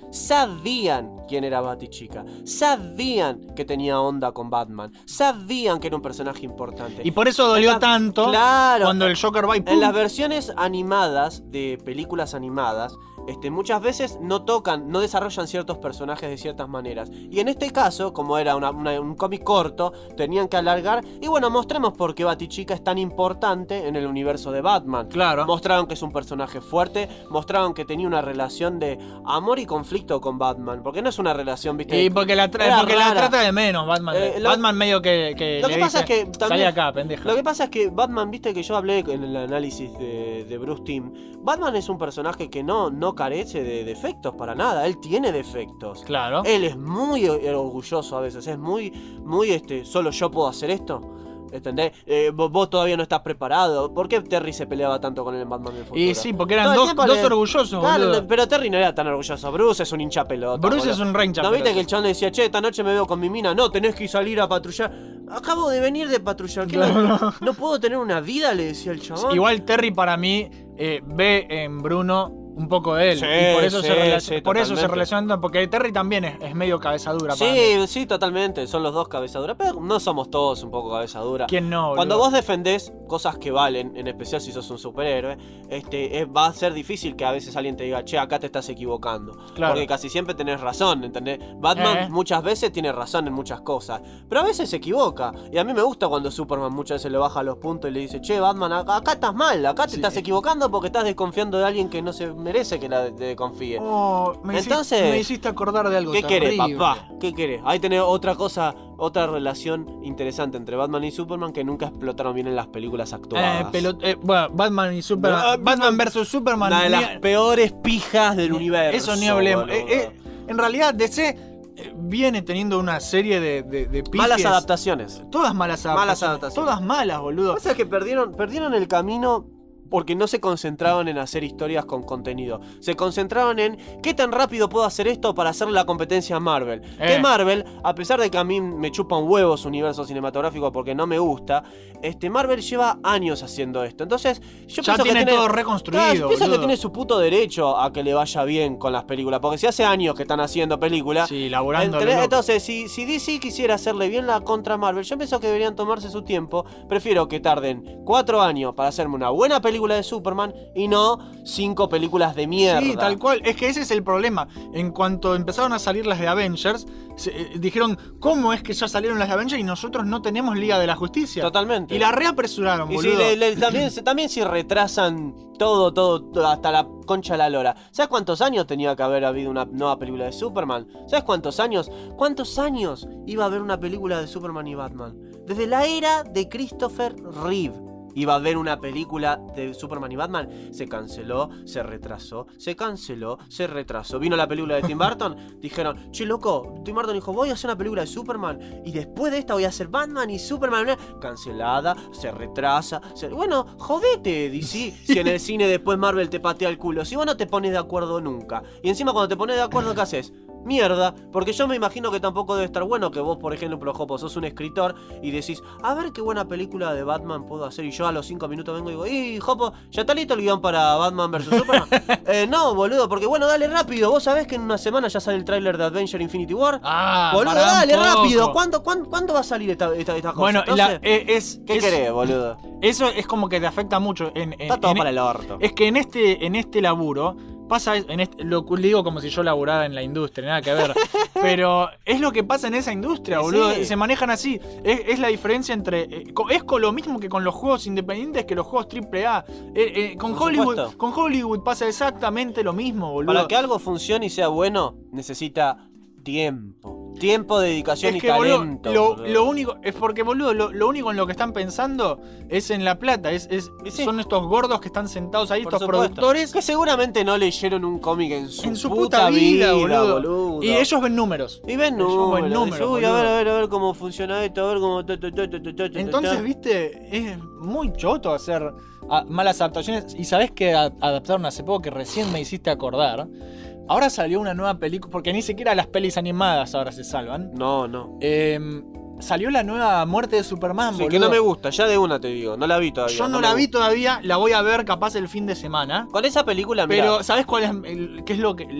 sabían quién era Batichica, sabían que tenía onda con Batman, sabían que era un personaje importante. Y por eso dolió la, tanto claro, cuando el Joker va y ¡pum! En las versiones animadas de películas animadas, Este, muchas veces no tocan, no desarrollan ciertos personajes de ciertas maneras. Y en este caso, como era una, una, un cómic corto, tenían que alargar. Y bueno, mostremos por qué Batichica es tan importante en el universo de Batman. Claro. Mostraron que es un personaje fuerte, mostraron que tenía una relación de amor y conflicto con Batman. Porque no es una relación, viste. Y porque la, tra porque la trata de menos, Batman. Eh, lo, Batman medio que. que lo que le pasa dice, es que. También, salí acá, pendeja. Lo que pasa es que Batman, viste que yo hablé en el análisis de, de Bruce Timm. Batman es un personaje que no, no carece de defectos para nada. Él tiene defectos. Claro. Él es muy orgulloso a veces. Es muy, muy este. Solo yo puedo hacer esto. ¿Entendés? Eh, vos, vos todavía no estás preparado. ¿Por qué Terry se peleaba tanto con el en Batman del futuro? Y sí, porque eran dos, dos le... orgullosos, claro, boludo. Pero Terry no era tan orgulloso. Bruce es un hincha pelota. Bruce boludo. es un re hincha ¿No pelota. viste que el chabón le decía, che, esta noche me veo con mi mina? No, tenés que salir a patrullar. Acabo de venir de patrullar. ¿Qué no, no, no. no puedo tener una vida? Le decía el chabón. Igual Terry para mí eh, ve en Bruno un poco de él. Sí, y por eso, sí, se, relaciona, sí, por eso se totalmente. relaciona. Porque Terry también es, es medio cabezadura. Sí, para mí. sí, totalmente. Son los dos cabezaduras. Pero no somos todos un poco cabezadura. ¿Quién no? Boludo? Cuando vos defendés cosas que valen, en especial si sos un superhéroe, este, es, va a ser difícil que a veces alguien te diga, che, acá te estás equivocando. Claro. Porque casi siempre tenés razón, ¿entendés? Batman Eh. muchas veces tiene razón en muchas cosas. Pero a veces se equivoca. Y a mí me gusta cuando Superman muchas veces le baja los puntos y le dice, che, Batman, acá, acá estás mal. Acá te Sí. estás equivocando porque estás desconfiando de alguien que no se merece que la te confíe. Oh, me, Entonces, hiciste, me hiciste acordar de algo ¿Qué querés, terrible. papá? ¿Qué querés? Ahí tenés otra cosa, otra relación interesante entre Batman y Superman que nunca explotaron bien en las películas Eh, actuadas. pelot- eh, bueno, Batman y Superman. No, Batman versus Superman. Una de ni- las peores pijas del ni- universo. Eso ni hablemos. boludo. Eh, eh, en realidad, D C eh, viene teniendo una serie de, de, de pifies. Malas adaptaciones. Todas malas adaptaciones. Malas adaptaciones. Todas malas, boludo. Lo que pasa es que perdieron, perdieron el camino porque no se concentraban en hacer historias con contenido. Se concentraban en qué tan rápido puedo hacer esto para hacer la competencia a Marvel. Eh. Que Marvel, a pesar de que a mí me chupa un huevo su universo cinematográfico porque no me gusta, este Marvel lleva años haciendo esto. Entonces, yo Ya pienso tiene que tiene, todo reconstruido, Claro, yo pienso que boludo. tiene su puto derecho a que le vaya bien con las películas. Porque si hace años que están haciendo películas. Sí, laburando. Entre- entonces, si, si D C quisiera hacerle bien la contra Marvel, yo pienso que deberían tomarse su tiempo. Prefiero que tarden cuatro años para hacerme una buena película de Superman y no cinco películas de mierda. Sí, tal cual. Es que ese es el problema. En cuanto empezaron a salir las de Avengers, se, eh, dijeron, ¿cómo es que ya salieron las de Avengers y nosotros no tenemos Liga de la Justicia? Totalmente. Y la reapresuraron, Y boludo. si le- le- también, también si retrasan todo, todo, todo, hasta la concha de la lora. ¿Sabes cuántos años tenía que haber habido una nueva película de Superman? ¿Sabes cuántos años? ¿Cuántos años iba a haber una película de Superman y Batman? Desde la era de Christopher Reeve iba a haber una película de Superman y Batman. Se canceló, se retrasó, se canceló, se retrasó. Vino la película de Tim Burton, dijeron, che loco, Tim Burton dijo, voy a hacer una película de Superman y después de esta voy a hacer Batman y Superman. Cancelada, se retrasa. Se... Bueno, jodete, D C, si en el cine después Marvel te patea el culo. Si vos no te pones de acuerdo nunca. Y encima cuando te pones de acuerdo, ¿qué haces? Mierda, porque yo me imagino que tampoco debe estar bueno que vos, por ejemplo, Jopo, sos un escritor y decís, a ver qué buena película de Batman puedo hacer. Y yo a los cinco minutos vengo y digo, ¡y Jopo! ¿Ya está listo el guión para Batman versus Superman? eh, no, boludo, porque bueno, dale rápido. ¿Vos sabés que en una semana ya sale el tráiler de Adventure Infinity War? Ah, boludo, pará un dale poco. rápido. ¿Cuándo, cuándo, ¿Cuándo va a salir esta, esta, esta cosa? Bueno, la- Entonces, eh, es, ¿qué es- querés, boludo? Eso es como que te afecta mucho. En, en- Está todo en- para el orto. Es que en este, en este laburo pasa, en este, lo digo como si yo laburara en la industria, nada que ver. Pero es lo que pasa en esa industria, Sí, boludo. sí. Se manejan así. Es, es la diferencia entre. eh, co- es con lo mismo que con los juegos independientes que los juegos triple A. Eh, eh, con, Por Hollywood, supuesto. con Hollywood pasa exactamente lo mismo, boludo. Para que algo funcione y sea bueno, necesita tiempo. Tiempo, dedicación Es y que, boludo, talento. lo, boludo. lo único, es porque, boludo, lo, lo único en lo que están pensando es en la plata. Es, es- Y sí. Son estos gordos que están sentados ahí, Por estos supuesto. productores, Que seguramente no leyeron un cómic en su, en su puta, vida, boludo. boludo. Y ellos ven números. Y ven ellos números. ven números, Uy, a boludo. ver, a ver, a ver cómo funciona esto, a ver cómo... ta, ta, ta, ta, ta, ta, ta, Entonces, ta. viste, es muy choto hacer ah, malas adaptaciones. Y sabés que a- adaptaron hace poco, que recién me hiciste acordar. Ahora salió una nueva película, porque ni siquiera las pelis animadas ahora se salvan. No, no. Eh, salió la nueva muerte de Superman, Sí, boludo. que no me gusta, ya de una te digo, no la vi todavía. Yo no, me la vi gusta. todavía, la voy a ver capaz el fin de semana. Con esa película, mirá, Pero, ¿sabés cuál es el- qué es lo que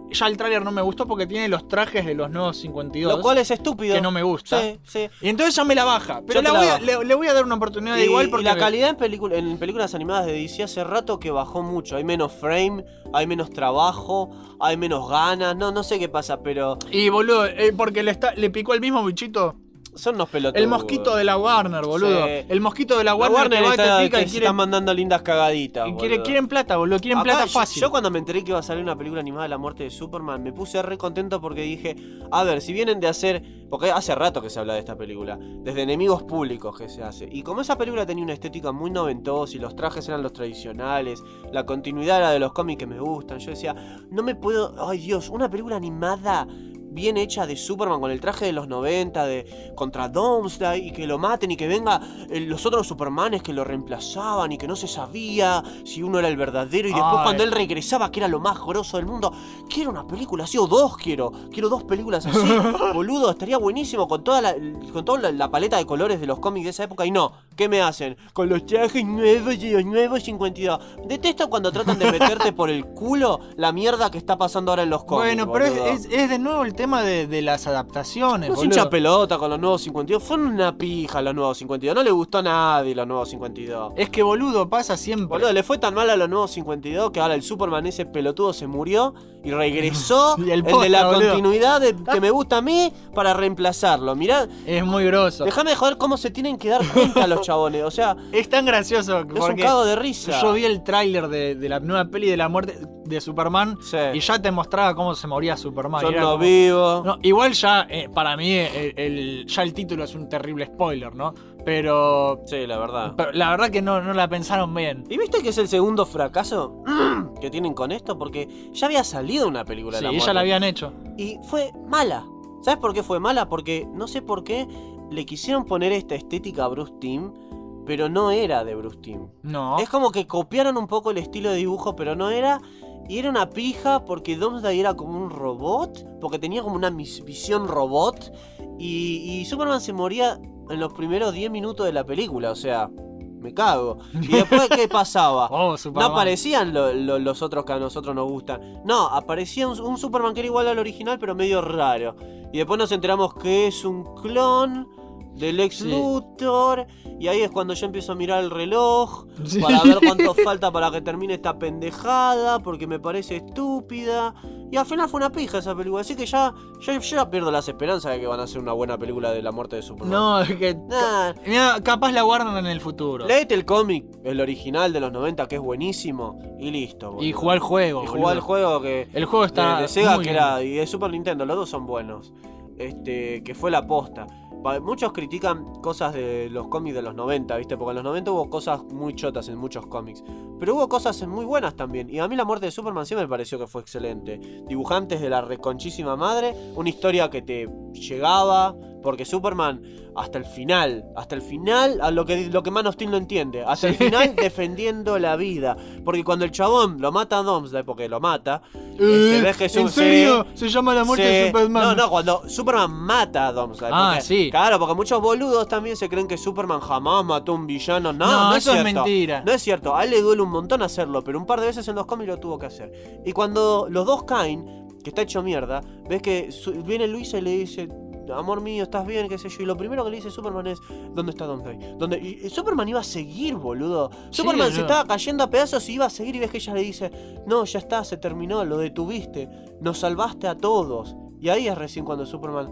ya el tráiler no me gustó porque tiene los trajes de los nuevos cincuenta y dos. Lo cual es estúpido. Que no me gusta. Sí, sí. Y entonces ya me la baja. Pero la la voy a, bajo. le, le voy a dar una oportunidad Y, igual porque... y la calidad en, película, en películas animadas de D C hace rato que bajó mucho. Hay menos frame, hay menos trabajo, hay menos ganas. No, no sé qué pasa, pero Y boludo, eh, porque le, está, le picó el mismo bichito. son unos pelotudos. El mosquito de la Warner, boludo. Sí. El mosquito de la La Warner, Warner que va y está, te pica que y se quiere, están mandando lindas cagaditas, y quiere- boludo. quieren plata, boludo. Quieren Acá, plata yo- fácil. Yo cuando me enteré que iba a salir una película animada de la muerte de Superman, me puse re contento porque dije, a ver, si vienen de hacer, porque hace rato que se habla de esta película, desde Enemigos Públicos que se hace, y como esa película tenía una estética muy noventosa y los trajes eran los tradicionales, la continuidad era de los cómics que me gustan, yo decía, no me puedo, ay Dios, una película animada bien hecha de Superman con el traje de los noventa, de contra Doomsday, y que lo maten y que venga eh, los otros Supermanes que lo reemplazaban y que no se sabía si uno era el verdadero, y después Ay. cuando él regresaba que era lo más grosso del mundo. Quiero una película así, o dos quiero, quiero dos películas así, boludo, estaría buenísimo con toda la, con toda la, la paleta de colores de los cómics de esa época. Y no, ¿qué me hacen? Con los trajes nuevos y los nuevos cincuenta y dos. Detesto cuando tratan de meterte por el culo la mierda que está pasando ahora en los cómics. Bueno, pero es, boludo. es, es de nuevo el tema de, de las adaptaciones, No se boludo. hincha pelota con los nuevos cincuenta y dos. Fueron una pija los nuevos cincuenta y dos. No le gustó a nadie los nuevos cincuenta y dos. Es que boludo, pasa siempre. Boludo, le fue tan mal a los nuevos cincuenta y dos que ahora el Superman ese pelotudo se murió y regresó Y el el, posta, de la boludo. continuidad de- que me gusta a mí para reemplazarlo. Mirá, Es muy grosso. déjame de joder cómo se tienen que dar cuenta los chabones. O sea, Es tan gracioso es un porque cago de risa. yo vi el tráiler de, de la nueva peli de la muerte de Superman Sí. y ya te mostraba cómo se moría Superman. Son Y era los como- vivos. No, igual ya, eh, para mí, el, el- ya el título es un terrible spoiler, ¿no? Pero, Sí, la verdad. pero la verdad que no, no la pensaron bien. ¿Y viste que es el segundo fracaso que tienen con esto? Porque ya había salido una película de Sí, la ya muerte. la habían hecho. Y fue mala. ¿Sabes por qué fue mala? Porque no sé por qué le quisieron poner esta estética a Bruce Timm, pero no era de Bruce Timm. No. Es como que copiaron un poco el estilo de dibujo, pero no era. Y era una pija porque Doomsday era como un robot, porque tenía como una mis- visión robot. Y, y Superman se moría en los primeros diez minutos de la película, o sea, me cago. ¿Y después qué pasaba? Oh, No Superman. aparecían lo- lo- los otros que a nosotros nos gustan. No, aparecía un, un Superman que era igual al original, pero medio raro. Y después nos enteramos que es un clon del ex Sí. Luthor. Y ahí es cuando yo empiezo a mirar el reloj Sí. para ver cuánto falta para que termine esta pendejada, porque me parece estúpida. Y al final fue una pija esa película. Así que ya, ya, yo ya pierdo las esperanzas de que van a hacer una buena película de la muerte de Superman. No, es que. Nah. Mira, capaz la guardan en el futuro. Léete el cómic, el original de los noventa, que es buenísimo. Y listo, boludo. Y jugar el juego. Y boludo. jugar el juego que. El juego está. de, de Sega muy que bien. era. Y de Super Nintendo, los dos son buenos. Este. Que fue la posta. Pa- Muchos critican cosas de los cómics de los noventa, ¿viste? Porque en los noventa hubo cosas muy chotas en muchos cómics. Pero hubo cosas muy buenas también. Y a mí la muerte de Superman siempre me pareció que fue excelente. Dibujantes de la reconchísima madre. Una historia que te llegaba. Porque Superman, hasta el final, hasta el final, a lo que, lo que Man of Steel no entiende, hasta el Sí. final defendiendo la vida. Porque cuando el chabón lo mata a Doomsday, porque lo mata, Eh, este, ves que ¿En su- serio? Se llama la muerte se- de Superman. No, no, cuando Superman mata a Doomsday. Ah, porque- sí. Claro, porque muchos boludos también se creen que Superman jamás mató a un villano. No, No, no, eso es es cierto. mentira. No es cierto. A él le duele un montón hacerlo, pero un par de veces en los cómics lo tuvo que hacer. Y cuando los dos caen, que está hecho mierda, ves que su- viene Luisa y le dice: amor mío, ¿estás bien? ¿Qué sé yo? Y lo primero que le dice Superman es: ¿dónde está Doomsday? ¿Dónde? Y, y Superman iba a seguir, boludo. Sí, Superman se boludo. estaba cayendo a pedazos y iba a seguir, y ves que ella le dice: no, ya está, se terminó, lo detuviste, nos salvaste a todos. Y ahí es recién cuando Superman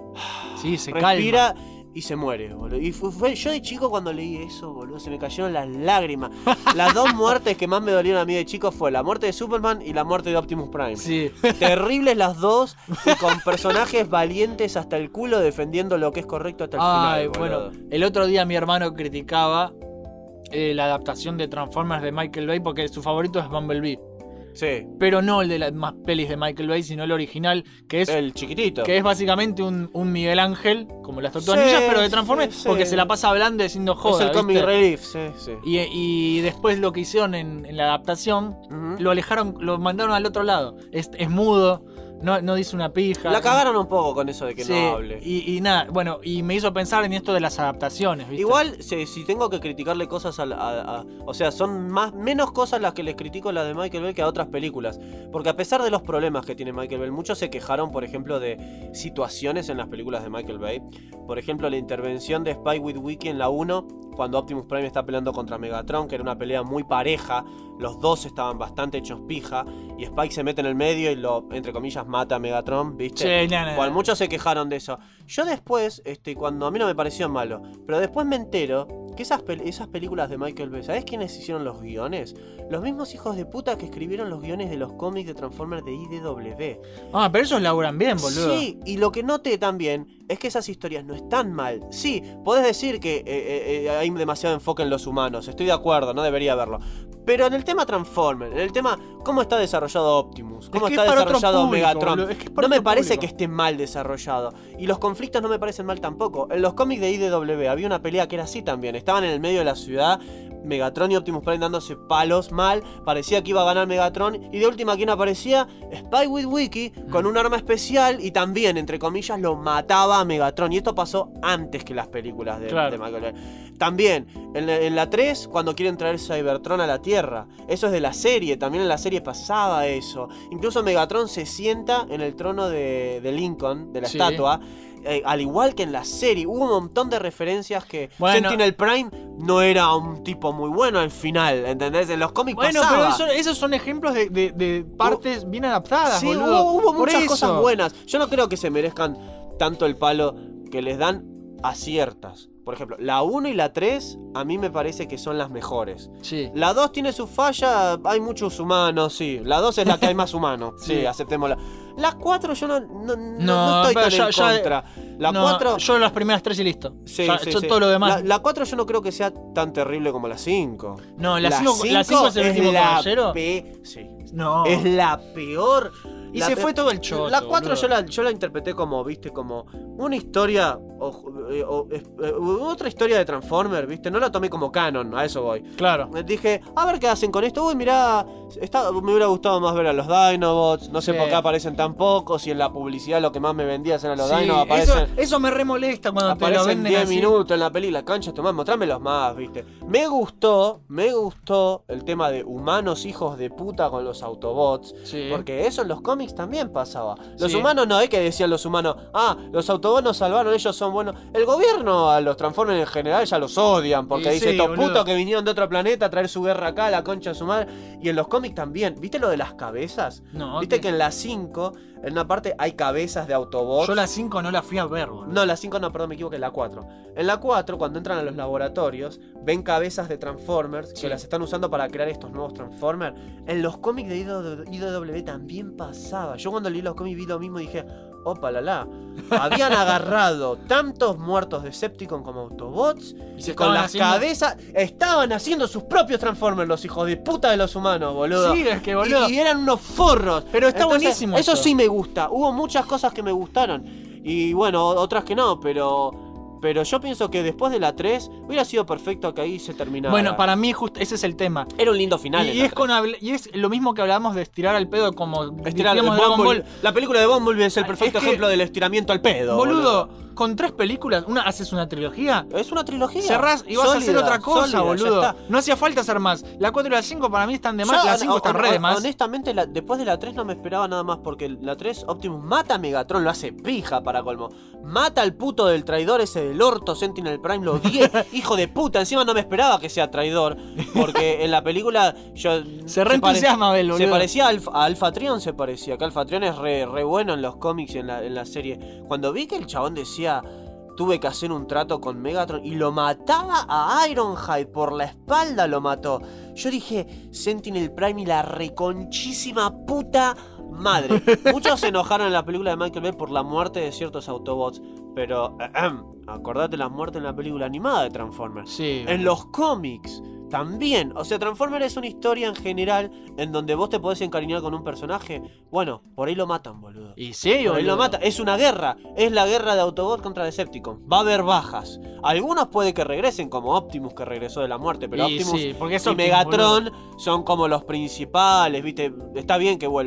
Sí, se respira y se muere, boludo. Y fue, fue- yo de chico cuando leí eso, boludo, se me cayeron las lágrimas. Las dos muertes que más me dolieron a mí de chico fue la muerte de Superman y la muerte de Optimus Prime. calma. Sí. Terribles las dos, y con personajes valientes hasta el culo defendiendo lo que es correcto hasta el Ay, final. bueno, boludo. el otro día mi hermano criticaba eh, la adaptación de Transformers de Michael Bay porque su favorito es Bumblebee. Sí, Pero no el de las más pelis de Michael Bay, sino el original, que es, el chiquitito. que es básicamente un, un Miguel Ángel, como las tortugas Sí, ninjas, pero de Transformers, sí, porque sí. se la pasa hablando y diciendo joda. es el comic ¿viste? relief, sí, sí. Y, y después lo que hicieron en, en la adaptación, Ujú. lo alejaron, lo mandaron al otro lado. Es, es mudo, no, no dice una pija. La cagaron un poco con eso de que Sí, no hable. Y, y nada, bueno, y me hizo pensar en esto de las adaptaciones, ¿viste? Igual, si, si tengo que criticarle cosas a, la- a- a- o sea, son más menos cosas las que les critico las de Michael Bay que a otras películas. Porque a pesar de los problemas que tiene Michael Bay, muchos se quejaron, por ejemplo, de situaciones en las películas de Michael Bay. Por ejemplo, la intervención de Spike Witwicky en la uno, cuando Optimus Prime está peleando contra Megatron, que era una pelea muy pareja. Los dos estaban bastante hechos pija. Y Spike se mete en el medio y lo, entre comillas, mata a Megatron, ¿viste? Sí, no, no, Igual, no. muchos se quejaron de eso. Yo después, este, cuando a mí no me pareció malo, pero después me entero que esas, pel- esas películas de Michael Bay, ¿sabés quiénes hicieron los guiones? Los mismos hijos de puta que escribieron los guiones de los cómics de Transformers de I D W. Ah, pero esos laburan bien, boludo. Sí, y lo que noté también es que esas historias no están mal. Sí, podés decir que eh, eh, eh, hay demasiado enfoque en los humanos, estoy de acuerdo, no debería haberlo. Pero en el tema Transformers, en el tema cómo está desarrollado Optimus, cómo que está es para otro desarrollado público, Megatron, boludo, es que es para no me otro parece público. que esté mal desarrollado. Y los conflictos no me parecen mal tampoco. En los cómics de I D W había una pelea que era así también. Estaban en el medio de la ciudad, Megatron y Optimus Prime dándose palos mal. Parecía que iba a ganar Megatron. Y de última, ¿quién aparecía? Spike Witwicky con un arma especial. Y también, entre comillas, lo mataba a Megatron. Y esto pasó antes que las películas de, Claro. de Michael Bay. También, en la, en la tres, cuando quieren traer Cybertron a la Tierra. Eso es de la serie. También en la serie pasaba eso. Incluso Megatron se sienta en el trono de, de Lincoln, de la Sí. estatua. Eh, al igual que en la serie, hubo un montón de referencias que Bueno. Sentinel Prime no era un tipo muy bueno al final, ¿entendés? En los cómics Bueno, pasaba. pero eso- esos son ejemplos de, de- de partes bien adaptadas, Sí, boludo. hubo, hubo Por muchas eso. cosas buenas. Yo no creo que se merezcan tanto el palo que les dan a ciertas. Por ejemplo, la uno y la tres a mí me parece que son las mejores. Sí. La dos tiene su falla, hay muchos humanos, sí. La dos es la que hay más humanos, sí, Sí. aceptémosla. La cuatro yo no, no, no- No, no estoy pero tan ya- en ya- contra. La No, cuatro... Yo las primeras tres y listo. Sí, Ya, sí, yo sí. todo lo demás. La, la cuatro yo no creo que sea tan terrible como la cinco. No, la cinco- la cinco es el último la caballero. pe- sí. No. Es la peor. Y La se pe- fue todo el choto, La cuatro boludo. yo la, yo la interpreté como, viste, como una historia. O, eh, o- eh, eh, otra historia de Transformers, viste. No la tomé como canon, a eso voy. Claro. Dije, a ver qué hacen con esto. Uy, mirá, está, me hubiera gustado más ver a los Dinobots. No sé Sí. por qué aparecen tan pocos. Y en la publicidad lo que más me vendía eran los Sí, Dinobots. eso, Aparecen. eso me remolesta cuando te lo Aparecen venden diez así. minutos en la película, cancha, tomá, mostrámelos más, viste. Me gustó, me gustó el tema de humanos hijos de puta con los Autobots. Sí. Porque eso en los cómics también pasaba. Los Sí. humanos no es que decían los humanos, ah, los Autobots nos salvaron, ellos son buenos. El gobierno a los Transformers en general ya los odian. Porque Y dice, sí, estos boludo. putos que vinieron de otro planeta a traer su guerra acá, la concha de su madre. Y en los cómics también. ¿Viste lo de las cabezas? No, ¿Viste que- que en la cinco, en una parte hay cabezas de Autobots? Yo la cinco no la fui a ver, boludo. No, la cinco no, perdón, me equivoqué, la cuatro. En la cuatro, cuando entran a los laboratorios, ven cabezas de Transformers Sí. que las están usando para crear estos nuevos Transformers. En los cómics de I D W también pasaba. Yo cuando leí los cómics vi lo mismo y dije, opa, la la. Habían agarrado tantos muertos Decepticon como Autobots Y y se con estaban las haciendo- cabezas estaban haciendo sus propios Transformers, los hijos de puta de los humanos, boludo. Sí, es que, boludo. Y, y eran unos forros. Pero está buenísimo Eso eso. sí me gusta. Hubo muchas cosas que me gustaron. Y bueno, otras que no, pero. Pero yo pienso que después de la tres hubiera sido perfecto que ahí se terminara. Bueno, para mí justo ese es el tema. Era un lindo final. Y, en y la es con tres. habl- y es lo mismo que hablábamos de estirar al pedo como Estirar el dijimos de Dragon Bumblebee. Ball. La película de Bumblebee es el perfecto Es que- ejemplo del estiramiento al pedo. Boludo, con tres películas, una haces una trilogía, Es una trilogía. cerrás y vas a hacer Sólida, otra cosa, sólida, ya boludo. está. No hacía falta hacer más. La cuatro y la cinco para mí están de más, Yo, la cinco hon- está hon- re de más. Honestamente, la- después de la tres no me esperaba nada más porque la tres Optimus mata a Megatron, lo hace pija para colmo. Mata al puto del traidor ese del orto Sentinel Prime, lo odié. Hijo de puta, encima no me esperaba que sea traidor. Porque en la película yo... Se reentusiasma, pare- Abel, Se boludo. parecía a Alpha, a Alpha Trion, se parecía. Que Alpha Trion es re, re bueno en los cómics y en la, en la serie. Cuando vi que el chabón decía... Tuve que hacer un trato con Megatron y lo mataba a Ironhide por la espalda, lo mató. Yo dije, Sentinel Prime y la reconchísima puta madre. Muchos se enojaron en la película de Michael Bay por la muerte de ciertos Autobots, pero ahem, acordate la muerte en la película animada de Transformers. Sí. En los cómics también. O sea, Transformers es una historia en general en donde vos te podés encariñar con un personaje. Bueno, por ahí lo matan, boludo. Y sí, Por ahí boludo. lo mata. Es una guerra. Es la guerra de Autobot contra Decepticon. Va a haber bajas. Algunos puede que regresen, como Optimus que regresó de la muerte. Pero Y Optimus sí, porque es y Optimus, Megatron son como los principales, ¿viste? Está bien que vuelvan.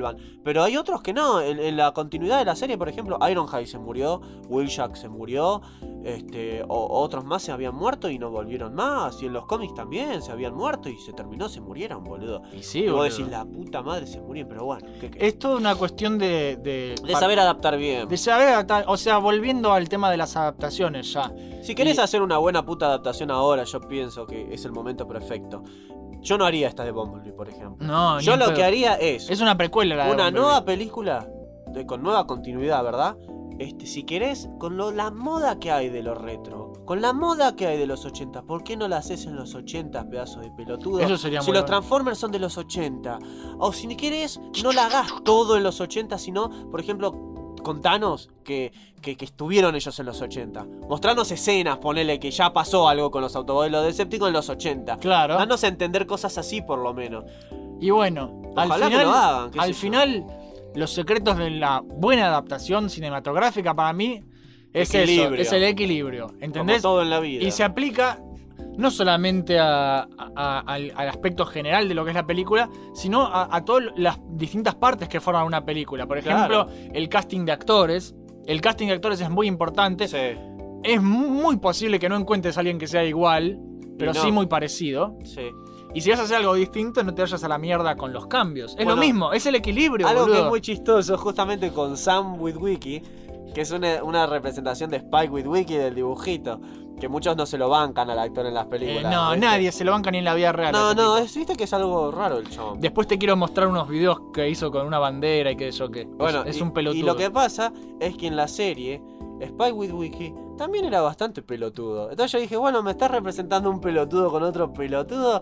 Pero hay otros que no. En, en la continuidad de la serie, por ejemplo, Ironhide se murió, Wheeljack se murió, este, o, otros más se habían muerto y no volvieron más. Y en los cómics también se habían muerto y se terminó, se murieron, boludo. Y sí, Y vos boludo. decís, la puta madre se murieron, pero bueno. ¿qué querés? Es toda una cuestión de... De, De saber adaptar bien. de saber adaptar. O sea, volviendo al tema de las adaptaciones ya. Si querés Y- hacer una buena puta adaptación ahora, yo pienso que es el momento perfecto. Yo no haría esta de Bumblebee, por ejemplo. No, ni Yo en lo pedo. que haría es, Es una precuela la de una Bumblebee. nueva película de, con nueva continuidad, ¿verdad? Este, si querés, con lo, la moda que hay de lo retro, con la moda que hay de los ochenta, ¿por qué no la haces en los ochenta, pedazo de pelotudo? Eso sería Si muy los bueno. Transformers son de los ochenta. O si querés, no la hagas todo en los ochenta, sino, por ejemplo, con Thanos, que, que, que estuvieron ellos en los ochenta. Mostrarnos escenas, ponele que ya pasó algo con los Autobots y los Decepticons en los ochenta. Claro. Danos a entender cosas así, por lo menos. Y bueno, Ojalá al que final, lo hagan, qué sé al yo. final, los secretos de la buena adaptación cinematográfica para mí es eso, Equilibrio. es el equilibrio, Como ¿entendés? todo en la vida. Y se aplica no solamente a- a- a- al, al aspecto general de lo que es la película, sino a, a todas las distintas partes que forman una película. Por ejemplo, Claro. el casting de actores. El casting de actores es muy importante. Sí, Es muy posible que no encuentres a alguien que sea igual, pero Y no. sí muy parecido. sí. Y si vas a hacer algo distinto, no te vayas a la mierda con los cambios. Es Bueno, lo mismo, es el equilibrio, Algo boludo. que es muy chistoso, justamente con Sam Witwicky, que es una, una representación de Spike Witwicky del dibujito, que muchos no se lo bancan al actor en las Eh, películas. no, ¿viste? nadie se lo banca ni en la vida real. a No, ese no, tipo. es, viste que es algo raro el chabón. Después te quiero mostrar unos videos que hizo con una bandera y que eso que. Bueno, es, es y, un pelotudo. y lo que pasa es que en la serie, Spike Witwicky también era bastante pelotudo. Entonces yo dije, bueno, me estás representando un pelotudo con otro pelotudo.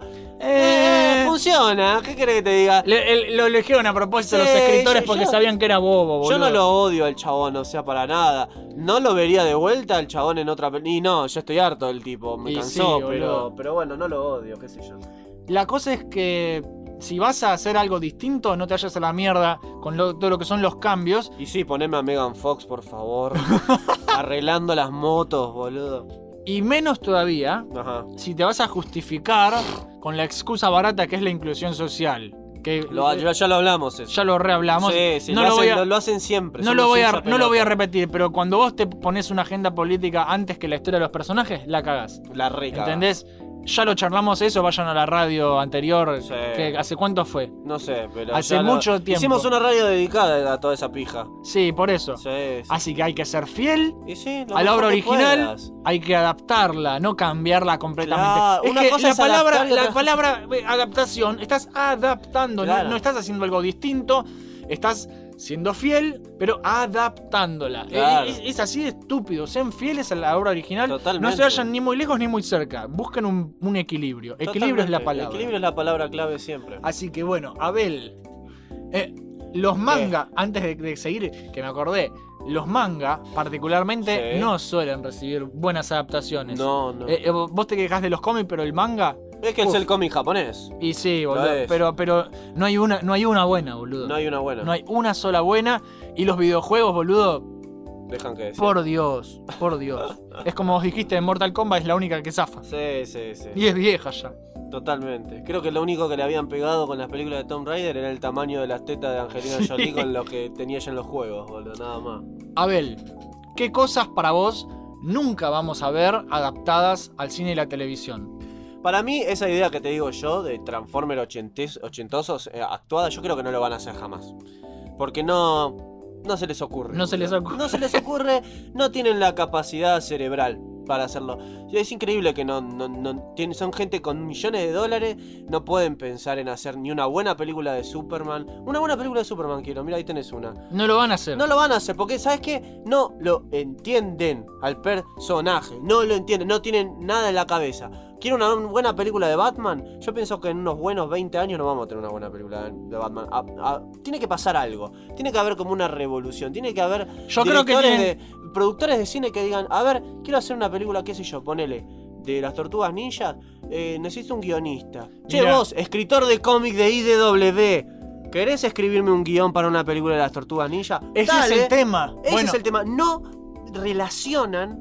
Eh, Eh, funciona, ¿qué querés que te diga? le- el- lo eligieron a propósito Sí, los escritores yo- porque yo- sabían que era bobo, boludo. Yo no lo odio al chabón, o sea, para nada. No lo vería de vuelta al chabón en otra película. Y no, yo estoy harto del tipo, me Y cansó, sí, pero, boludo. pero bueno, no lo odio, qué sé yo. La cosa es que si vas a hacer algo distinto, no te vayas a la mierda con lo- todo lo que son los cambios. Y sí, poneme a Megan Fox, por favor. Arreglando las motos, boludo. Y menos todavía Ajá. si te vas a justificar con la excusa barata que es la inclusión social. Que Lo, eh, ya, ya lo hablamos eso. ya lo rehablamos. Sí, sí, no lo, lo voy hacen, a, lo, lo hacen siempre. no son lo los voy a, hincha no lo voy a pelota. repetir, pero cuando vos te pones una agenda política antes que la historia de los personajes, la cagás. La rica. ¿Entendés? Ya lo charlamos eso, vayan a la radio anterior. Sí. Que ¿hace cuánto fue? No sé, pero. Hace ya lo- mucho tiempo. Hicimos una radio dedicada a toda esa pija. Sí, por eso. Sí, sí. Así que hay que ser fiel Y sí, lo a la mejor obra que original, puedas. hay que adaptarla, no cambiarla completamente. Claro, es una que cosa la es palabra, adaptar y otra la cosa- palabra eh, adaptación, estás adaptando, no- Claro. no, estás haciendo algo distinto, estás siendo fiel, pero adaptándola. Claro. Eh, Es, es así de estúpido, sean fieles a la obra original, Totalmente. no se vayan ni muy lejos ni muy cerca, busquen un, un equilibrio. Equilibrio es la Totalmente. palabra. Equilibrio es la palabra clave siempre. Así que bueno, Abel, eh, los manga, antes de, de seguir, que me acordé, los manga particularmente Sí. no suelen recibir buenas adaptaciones. No, no. Eh, eh, vos te quejás de los cómics, pero el manga, es que es uf. el cómic japonés. y sí, Lo boludo, es. pero, pero no hay una, no hay una buena, boludo. No hay una buena. No hay una sola buena. Y los videojuegos, boludo, Dejan que decir. por Dios, por Dios. Es como vos dijiste, en Mortal Kombat es la única que zafa. Sí, sí, sí. Y es vieja ya. Totalmente. Creo que lo único que le habían pegado con las películas de Tomb Raider era el tamaño de las tetas de Angelina Sí. Jolie con lo que tenía ella en los juegos, boludo, nada más. Abel, ¿qué cosas para vos nunca vamos a ver adaptadas al cine y la televisión? Para mí, esa idea que te digo yo de Transformer ochentes- ochentosos eh, actuada, yo creo que no lo van a hacer jamás. Porque no, no se les ocurre. No se les ocurre. No se les ocurre, no tienen la capacidad cerebral para hacerlo. Es increíble que no, no, no tienen, son gente con millones de dólares, no pueden pensar en hacer ni una buena película de Superman. Una buena película de Superman quiero, mira ahí tenés una. No lo van a hacer. No lo van a hacer porque, ¿sabes qué? No lo entienden al personaje. No lo entienden, no tienen nada en la cabeza. Quiero una buena película de Batman. Yo pienso que en unos buenos veinte años no vamos a tener una buena película de Batman. A- a- tiene que pasar algo. Tiene que haber como una revolución. Tiene que haber Yo creo que directores tienen- de, productores de cine que digan, a ver, quiero hacer una película, qué sé yo, ponele, de las tortugas ninjas. Eh, necesito un guionista. Che, Mirá. vos, escritor de cómic de I D W. ¿Querés escribirme un guión para una película de las tortugas ninja? Ese Dale. es el tema. Ese Bueno, es el tema. No relacionan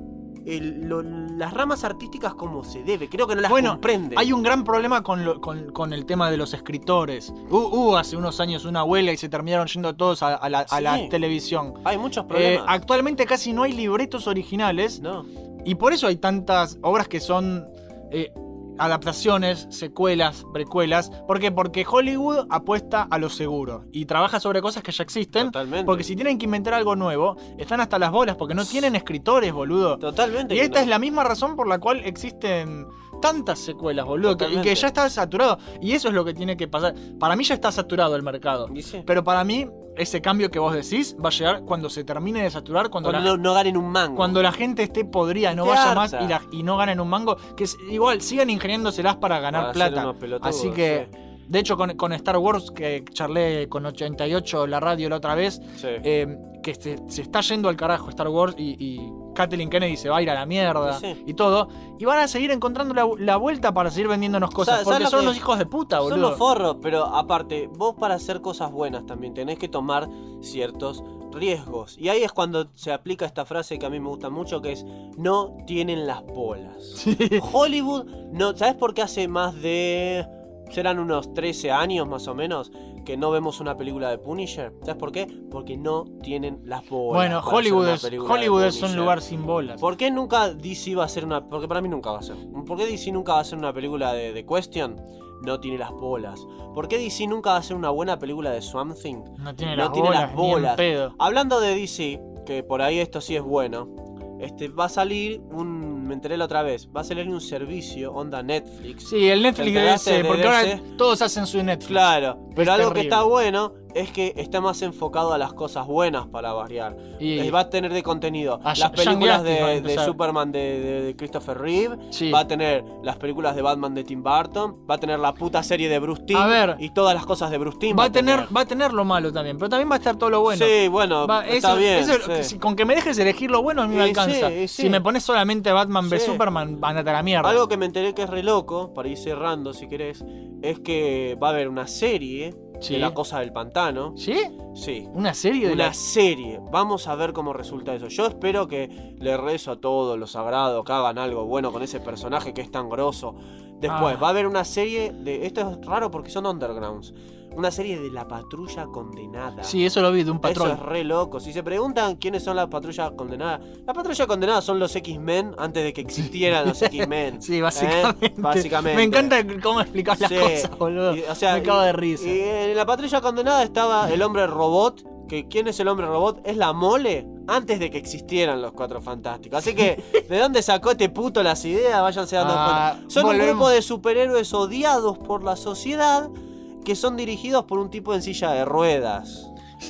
el, lo, las ramas artísticas como se debe. Creo que no las bueno, comprende. Hay un gran problema con, lo, con, con el tema de los escritores. Hubo uh, uh, hace unos años una huelga y se terminaron yendo todos a, a, la, a Sí. la televisión. Hay muchos Eh, problemas. actualmente casi no hay libretos originales. No. Y por eso hay tantas obras que son eh, adaptaciones, secuelas, precuelas. ¿Por qué? Porque Hollywood apuesta a lo seguro y trabaja sobre cosas que ya existen. Totalmente. Porque si tienen que inventar algo nuevo, están hasta las bolas porque no tienen escritores, boludo. Totalmente. Y que esta no. es la misma razón por la cual existen tantas secuelas, boludo. que- y que Totalmente. ya está saturado. Y eso es lo que tiene que pasar. Para mí ya está saturado el mercado. Y sí. Pero para mí, ese cambio que vos decís va a llegar cuando se termine de saturar, cuando, Cuando la, no, no ganen un mango. cuando la gente esté podrida, no Te vaya harta. más y, la- y no ganen un mango. Que es- igual sigan ingeniándoselas para ganar Para ser plata. unos pelotudos, Así que, sí. de hecho, con, con Star Wars, que charlé con ochenta y ocho la radio la otra vez, Sí. eh, que se, se está yendo al carajo Star Wars y, y Kathleen Kennedy se va a ir a la mierda Sí, sí. y todo. Y van a seguir encontrando la, la vuelta para seguir vendiéndonos cosas. ¿Sabes- porque sabes lo son que- unos hijos de puta, Son boludo. los forros, pero aparte, vos para hacer cosas buenas también tenés que tomar ciertos riesgos. Y ahí es cuando se aplica esta frase que a mí me gusta mucho, que es no tienen las bolas. Hollywood, no, ¿sabes por qué hace más de... serán unos trece años más o menos que no vemos una película de Punisher? ¿Sabes por qué? Porque no tienen las bolas. Bueno, para Hollywood, hacer una es, película de Hollywood es un Punisher. lugar sin bolas. ¿Por qué nunca D C va a hacer una... porque para mí nunca va a ser. ¿Por qué D C nunca va a hacer una película de, de Question? No tiene las bolas. ¿Por qué D C nunca va a hacer una buena película de Swamp Thing? No tiene No las tiene bolas, las ni en bolas. pedo. Hablando de D C, que por ahí esto sí es bueno, este, va a salir un... me enteré la otra vez, va a salir un servicio, onda Netflix. Sí, el Netflix ¿Te de enteraste ese, de porque D C? ahora todos hacen su Netflix. Claro, pero Es algo que terrible. está bueno es que está más enfocado a las cosas buenas para variar. Y Eh, va a tener de contenido A las Young películas Justice va a de, de empezar. Superman de, de- de Christopher Reeve, Sí. va a tener las películas de Batman de Tim Burton, va a tener la puta serie de Bruce Timm A ver. y todas las cosas de Bruce Timm. va a tener, va a tener lo malo también, pero también va a estar todo lo bueno. Sí, bueno, Va, está eso- bien. eso- sí. si- con que me dejes elegir lo bueno a mí me Y alcanza. sí, y sí. Si me pones solamente Batman v Sí. Superman, andate a la mierda. Algo que me enteré que es re loco, para ir cerrando si querés, es que va a haber una serie Sí. de La Cosa del Pantano. ¿Sí? Sí. ¿Una serie de Una la- serie. Vamos a ver cómo resulta eso. Yo espero que le rezo a todos los sagrados que hagan algo bueno con ese personaje que es tan grosso. Después, Ah. va a haber una serie de... Esto es raro porque son undergrounds. Una serie de La Patrulla Condenada. Sí, eso lo vi, de un patrón. Eso es re loco. Si se preguntan quiénes son la Patrulla Condenada, la Patrulla Condenada son los X-Men antes de que existieran los X-Men. Sí, ¿eh? básicamente. Básicamente. Me encanta cómo explicás las Sí. cosas, boludo. Y, o sea, me cago y- de risa. Y en la Patrulla Condenada estaba el hombre robot. Que ¿quién es el hombre robot? Es la Mole antes de que existieran los Cuatro Fantásticos. Así que, ¿de dónde sacó este puto las ideas? Váyanse dando Ah, cuenta. Son volvemos. un grupo de superhéroes odiados por la sociedad que son dirigidos por un tipo en silla de ruedas.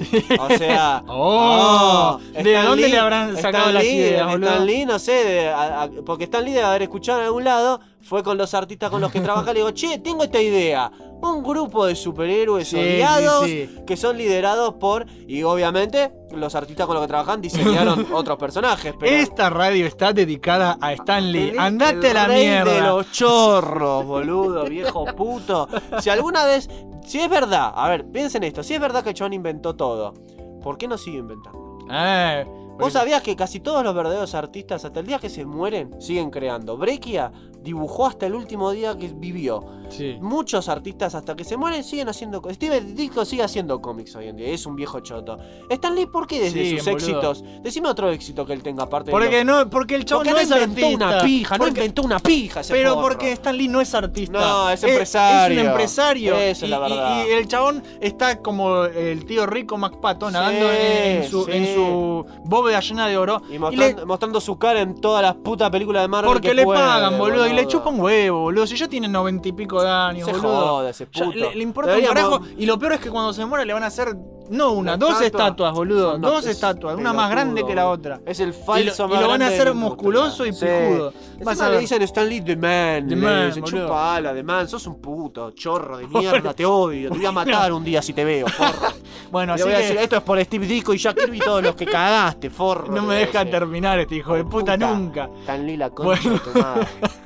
O sea, Oh, ¿de Stan dónde Lee- le habrán Stan sacado las Lee- ideas, boludo? Stan Lee, no sé, de- a- a- porque Stan Lee debe haber escuchado en algún lado, fue con los artistas con los que trabaja, le digo, che, tengo esta idea. Un grupo de superhéroes Sí, odiados sí, sí. que son liderados por, y obviamente, los artistas con los que trabajan diseñaron otros personajes. Pero Esta radio está dedicada a Stan Lee. el- Andate el a la rey mierda. de los chorros, boludo, viejo puto. Si alguna vez, si es verdad, a ver, piensen esto, si es verdad que John inventó todo, ¿por qué no sigue inventando? Eh, ¿Vos sabías que casi todos los verdaderos artistas, hasta el día que se mueren, siguen creando? Breccia dibujó hasta el último día que vivió. Sí. Muchos artistas, hasta que se mueren, siguen haciendo... co- Steven Ditko sigue haciendo cómics hoy en día, es un viejo choto. Stan Lee, ¿por qué desde Sí, sus boludo. éxitos? Decime otro éxito que él tenga aparte de Porque los- no, porque el chabón Porque no, no es inventó artista. una pija, no Porque- inventó una pija ese Pero forro. porque Stan Lee no es artista. No, es Es- empresario. Es un empresario. Eso es la Y- y- verdad. Y, el chabón está como el tío rico McPato nadando Sí, en, en su, sí. en su bóveda llena de oro. Y Y mostrando, le- mostrando su cara en todas las putas películas de Marvel porque que le puede, pagan, boludo, y le chupa un huevo, boludo. Si ya tiene noventa y pico de años, Se boludo. joda ese Ya puto. le, le importa Deberíamos- un carajo. Y lo peor es que cuando se muera le van a hacer, no una, Una dos estatua. estatuas, boludo. Son Dos es estatuas, una pelotudo, más grande que la boludo. otra. Es el Y lo, falso y más lo van a grande de hacer la industria. musculoso y Sí. pijudo. Vas Encima a le ver. dicen Stan Lee The Man. The le Man, dicen, boludo. chupala, The Man. Sos un puto, chorro de mierda, te odio. Te voy a matar un día si te veo, forro. Bueno, Le así voy a que decir, esto es por Steve Ditko y Jack Kirby y todos los que cagaste, forro. no le me voy a deja decir. terminar este hijo de puta, nunca. Stan Lee la concha Bueno. de tu madre.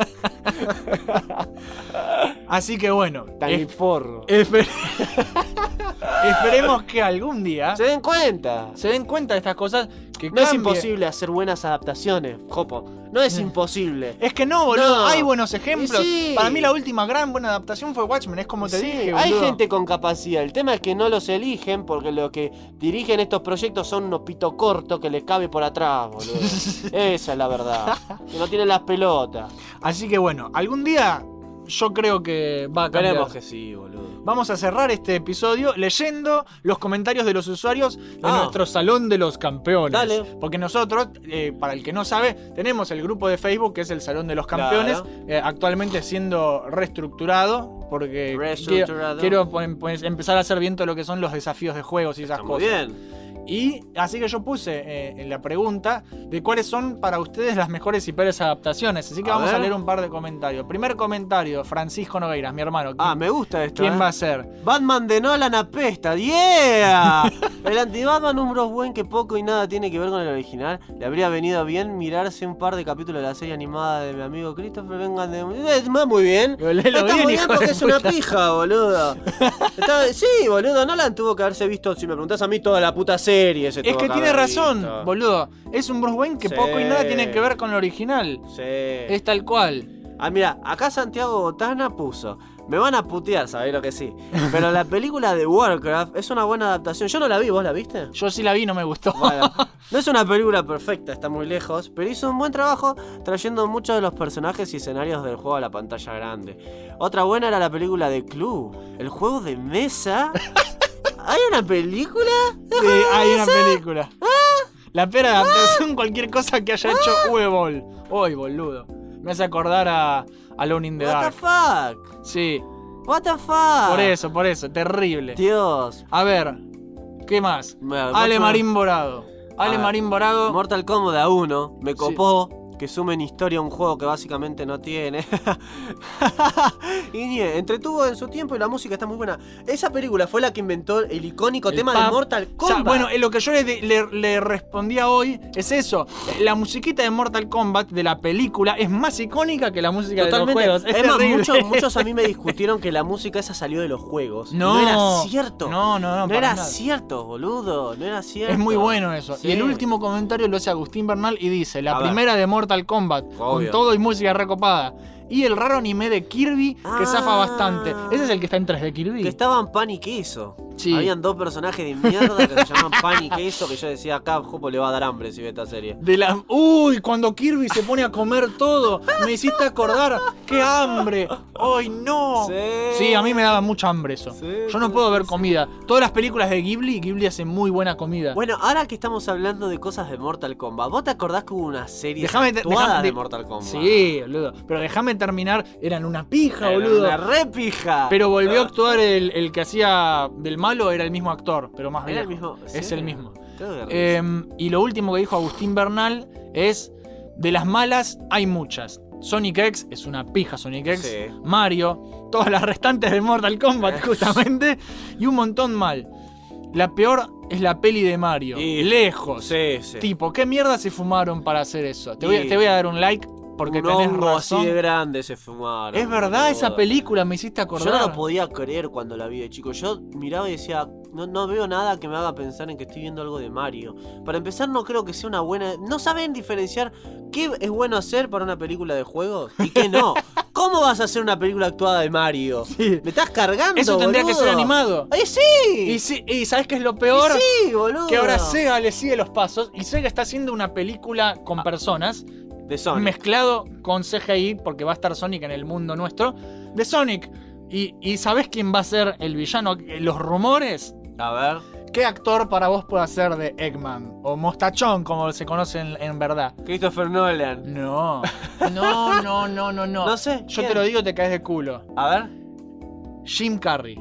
Así que bueno, Stan Lee es- forro. esper- esperemos que algún día Se den cuenta. se den cuenta de estas cosas que que No es cambie. imposible hacer buenas adaptaciones, Jopo. No es imposible. Es que no, boludo. No. Hay buenos ejemplos. Y sí. Para mí la última gran buena adaptación fue Watchmen. Es como te Sí, dije, hay boludo. gente con capacidad. El tema es que no los eligen porque los que dirigen estos proyectos son unos pito cortos que les cabe por atrás, boludo. Esa es la verdad. Que no tienen las pelotas. Así que bueno, algún día yo creo que va a cambiar. Esperemos que sí, boludo. Vamos a cerrar este episodio leyendo los comentarios de los usuarios de Ah. nuestro Salón de los Campeones. Dale. Porque nosotros, eh, para el que no sabe, tenemos el grupo de Facebook que es el Salón de los Campeones, Claro. eh, actualmente siendo reestructurado. Porque Reestructurado. quiero, quiero pues, empezar a hacer bien todo lo que son los desafíos de juegos y esas Está muy cosas. bien. Y así que yo puse eh, en la pregunta de cuáles son para ustedes las mejores y peores adaptaciones. Así que A vamos ver. a leer un par de comentarios. Primer comentario, Francisco Nogueiras, mi hermano. Ah, ¿Quién, me gusta esto. ¿quién eh. va a ser? Batman de Nolan apesta, ¡yeah! El anti-Batman, un Bruce Wayne que poco y nada tiene que ver con el original. Le habría venido bien mirarse un par de capítulos de la serie animada de mi amigo Christopher. Vengan de. Es más, muy bien. Lo léelo Está bien, muy bien hijo porque de es una puta. pija, boludo. Está- Sí, boludo, Nolan tuvo que haberse visto, si me preguntás a mí, toda la puta serie. Se Es tuvo que tiene haber razón, visto. boludo. Es un Bruce Wayne que Sí. poco y nada tiene que ver con el original. Sí. Es tal cual. Ah, mira, acá Santiago Botana puso. Me van a putear, sabés lo que sí. Pero la película de Warcraft es una buena adaptación. Yo no la vi, ¿vos la viste? Yo sí la vi, no me gustó. Bueno, no es una película perfecta, está muy lejos, pero hizo un buen trabajo trayendo muchos de los personajes y escenarios del juego a la pantalla grande. Otra buena era la película de Clue, el juego de mesa. ¿Hay una película? Sí, hay una película. La pera adaptación, cualquier cosa que haya hecho Uwe Boll. Uy, boludo. Me hace acordar a Alone in the What the Dark. fuck? Sí, What the fuck? por eso, por eso. Terrible. Dios. A ver, ¿qué más? Bueno, Ale vos- Marín Borado. Ale ver. Marín Borado. Mortal Kombat a uno, me copó que sumen historia a un juego que básicamente no tiene. Y nie, entretuvo en su tiempo y la música está muy buena. Esa película fue la que inventó el icónico El tema pub. de Mortal O sea, Kombat. bueno, eh, lo que yo le, le- le respondía hoy es eso. La musiquita de Mortal Kombat de la película es más icónica que la música Totalmente. de los juegos. Es, Es más, terrible. muchos, muchos a mí me discutieron que la música esa salió de los juegos. Y No, No era cierto. No, no, no. No para era nada. cierto, boludo. No era cierto. Es muy bueno eso. Sí. Y el último comentario lo hace Agustín Bernal y dice: la A ver. primera de Mortal Kombat, con Obvio. todo y música recopada. Y el raro anime de Kirby, que Ah. zafa bastante. Ese es el que está en tres D Kirby. Que estaban pan y queso. Sí. Habían dos personajes de mierda que se llaman pan y queso, que yo decía, acá Jopo le va a dar hambre si ve esta serie. De la... Uy, cuando Kirby se pone a comer todo, me hiciste acordar. ¡Qué hambre! ¡Ay, no! Sí. Sí, a mí me daba mucha hambre eso. Sí, Yo no sí, puedo sí, ver sí. comida. Todas las películas de Ghibli, Ghibli hace muy buena comida. Bueno, ahora que estamos hablando de cosas de Mortal Kombat, ¿vos te acordás que hubo una serie Déjame te- actuada déjame- de de- Mortal Kombat? Sí, boludo. Pero déjame terminar. Eran una pija, Era boludo. una repija. Pero volvió a actuar el, el que hacía del malo, era el mismo actor, pero más Era viejo. el mismo. Es sí. el mismo. Tengo que Eh, y lo último que dijo Agustín Bernal es: de las malas hay muchas. Sonic X es una pija, Sonic X. Sí. Mario, todas las restantes de Mortal Kombat, justamente. Y un montón mal. La peor es la peli de Mario. Y- Lejos. Sí, sí. Tipo, ¿qué mierda se fumaron para hacer eso? Te voy, a- Y- te voy a dar un like porque un tenés hongo razón. así de grande se fumaron. Es verdad, esa boludo. película me hiciste acordar. Yo no lo podía creer cuando la vi de chico. Yo miraba y decía, no, no veo nada que me haga pensar en que estoy viendo algo de Mario. Para empezar, no creo que sea una buena... No saben diferenciar qué es bueno hacer para una película de juegos y qué no. ¿Cómo vas a hacer una película actuada de Mario? Sí. ¿Me estás cargando, Eso tendría que boludo? ser animado. ¡Ay, sí! Y, sí, y ¿sabes qué es lo peor? Y sí, boludo. Que ahora Sega le sigue los pasos y Sega está haciendo una película con personas De Sonic. mezclado con C G I, porque va a estar Sonic en el mundo nuestro, de Sonic. Y, y ¿sabés quién va a ser el villano? Los rumores. A ver. ¿Qué actor para vos puede hacer de Eggman? O Mostachón, como se conoce en, en verdad. Christopher Nolan. No. No, no, no, no, no. No sé, Yo ¿quién? te lo digo, te caes de culo. A ver. Jim Carrey.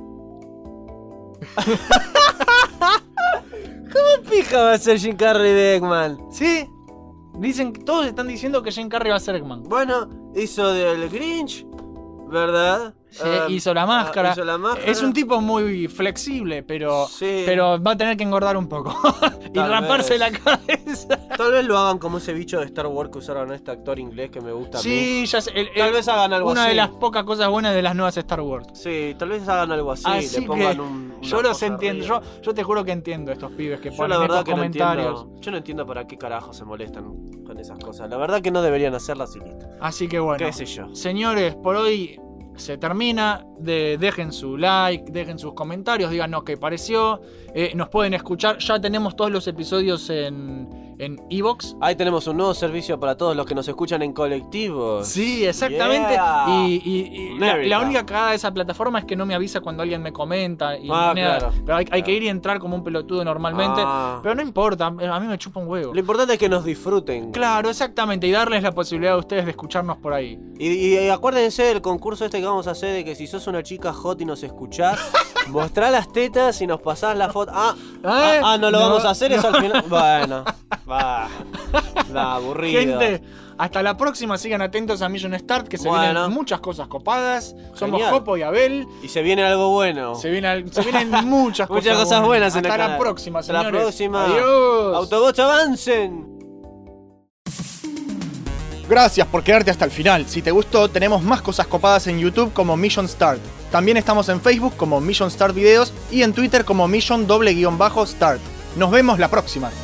¿Qué pija va a ser Jim Carrey de Eggman? ¿Sí? Dicen, todos están diciendo que Jim Carrey va a ser Eggman. Bueno, hizo del Grinch, ¿verdad? Sí, Um, hizo la máscara. hizo la máscara. Es un tipo muy flexible, pero, Sí. pero va a tener que engordar un poco. y Tal raparse vez. la cabeza. Tal vez lo hagan como ese bicho de Star Wars que usaron a este actor inglés que me gusta a mí. Sí, ya sé. el- Tal el- vez hagan algo una así. de las pocas cosas buenas de las nuevas Star Wars. Sí, tal vez hagan algo así. Así le pongan que un. una yo los cosa entiendo. Yo, arriba. yo te juro que entiendo a estos pibes que Yo ponen la verdad estos que no comentarios. entiendo. Yo no entiendo para qué carajo se molestan con esas cosas. La verdad que no deberían hacerlas y listo. Así que bueno. ¿Qué sé yo? Señores, por hoy se termina. De, dejen su like, dejen sus comentarios, díganos qué pareció. Eh, nos pueden escuchar. Ya tenemos todos los episodios en en Evox. Ahí tenemos un nuevo servicio para todos los que nos escuchan en colectivos. Sí, exactamente. Yeah. Y, y- y la, América. la única cagada de esa plataforma es que no me avisa cuando alguien me comenta. Y Ah, nada. claro. Pero hay, hay Claro. que ir y entrar como un pelotudo normalmente. Ah. Pero no importa, a mí me chupa un huevo. Lo importante es que nos disfruten. Claro, exactamente. Y darles la posibilidad a ustedes de escucharnos por ahí. Y, y acuérdense del concurso este que vamos a hacer de que si sos una chica hot y nos escuchás, mostrá las tetas y nos pasás la foto. Ah, ah, ah, no lo No, vamos a hacer no. eso al final. Bueno, va. Va, aburrido. Gente, hasta la próxima. Sigan atentos a Million Start, que se Bueno. vienen muchas cosas copadas. Somos Genial. Jopo y Abel. Y se viene algo bueno. Se, viene al- se vienen muchas cosas Muchas cosas buenas en el Hasta la canal. próxima, Hasta la señores. próxima. Adiós. Autobots avancen. Gracias por quedarte hasta el final. Si te gustó, tenemos más cosas copadas en YouTube como Million Start. También estamos en Facebook como Million Start Videos y en Twitter como Million doble guión bajo Start. Nos vemos la próxima.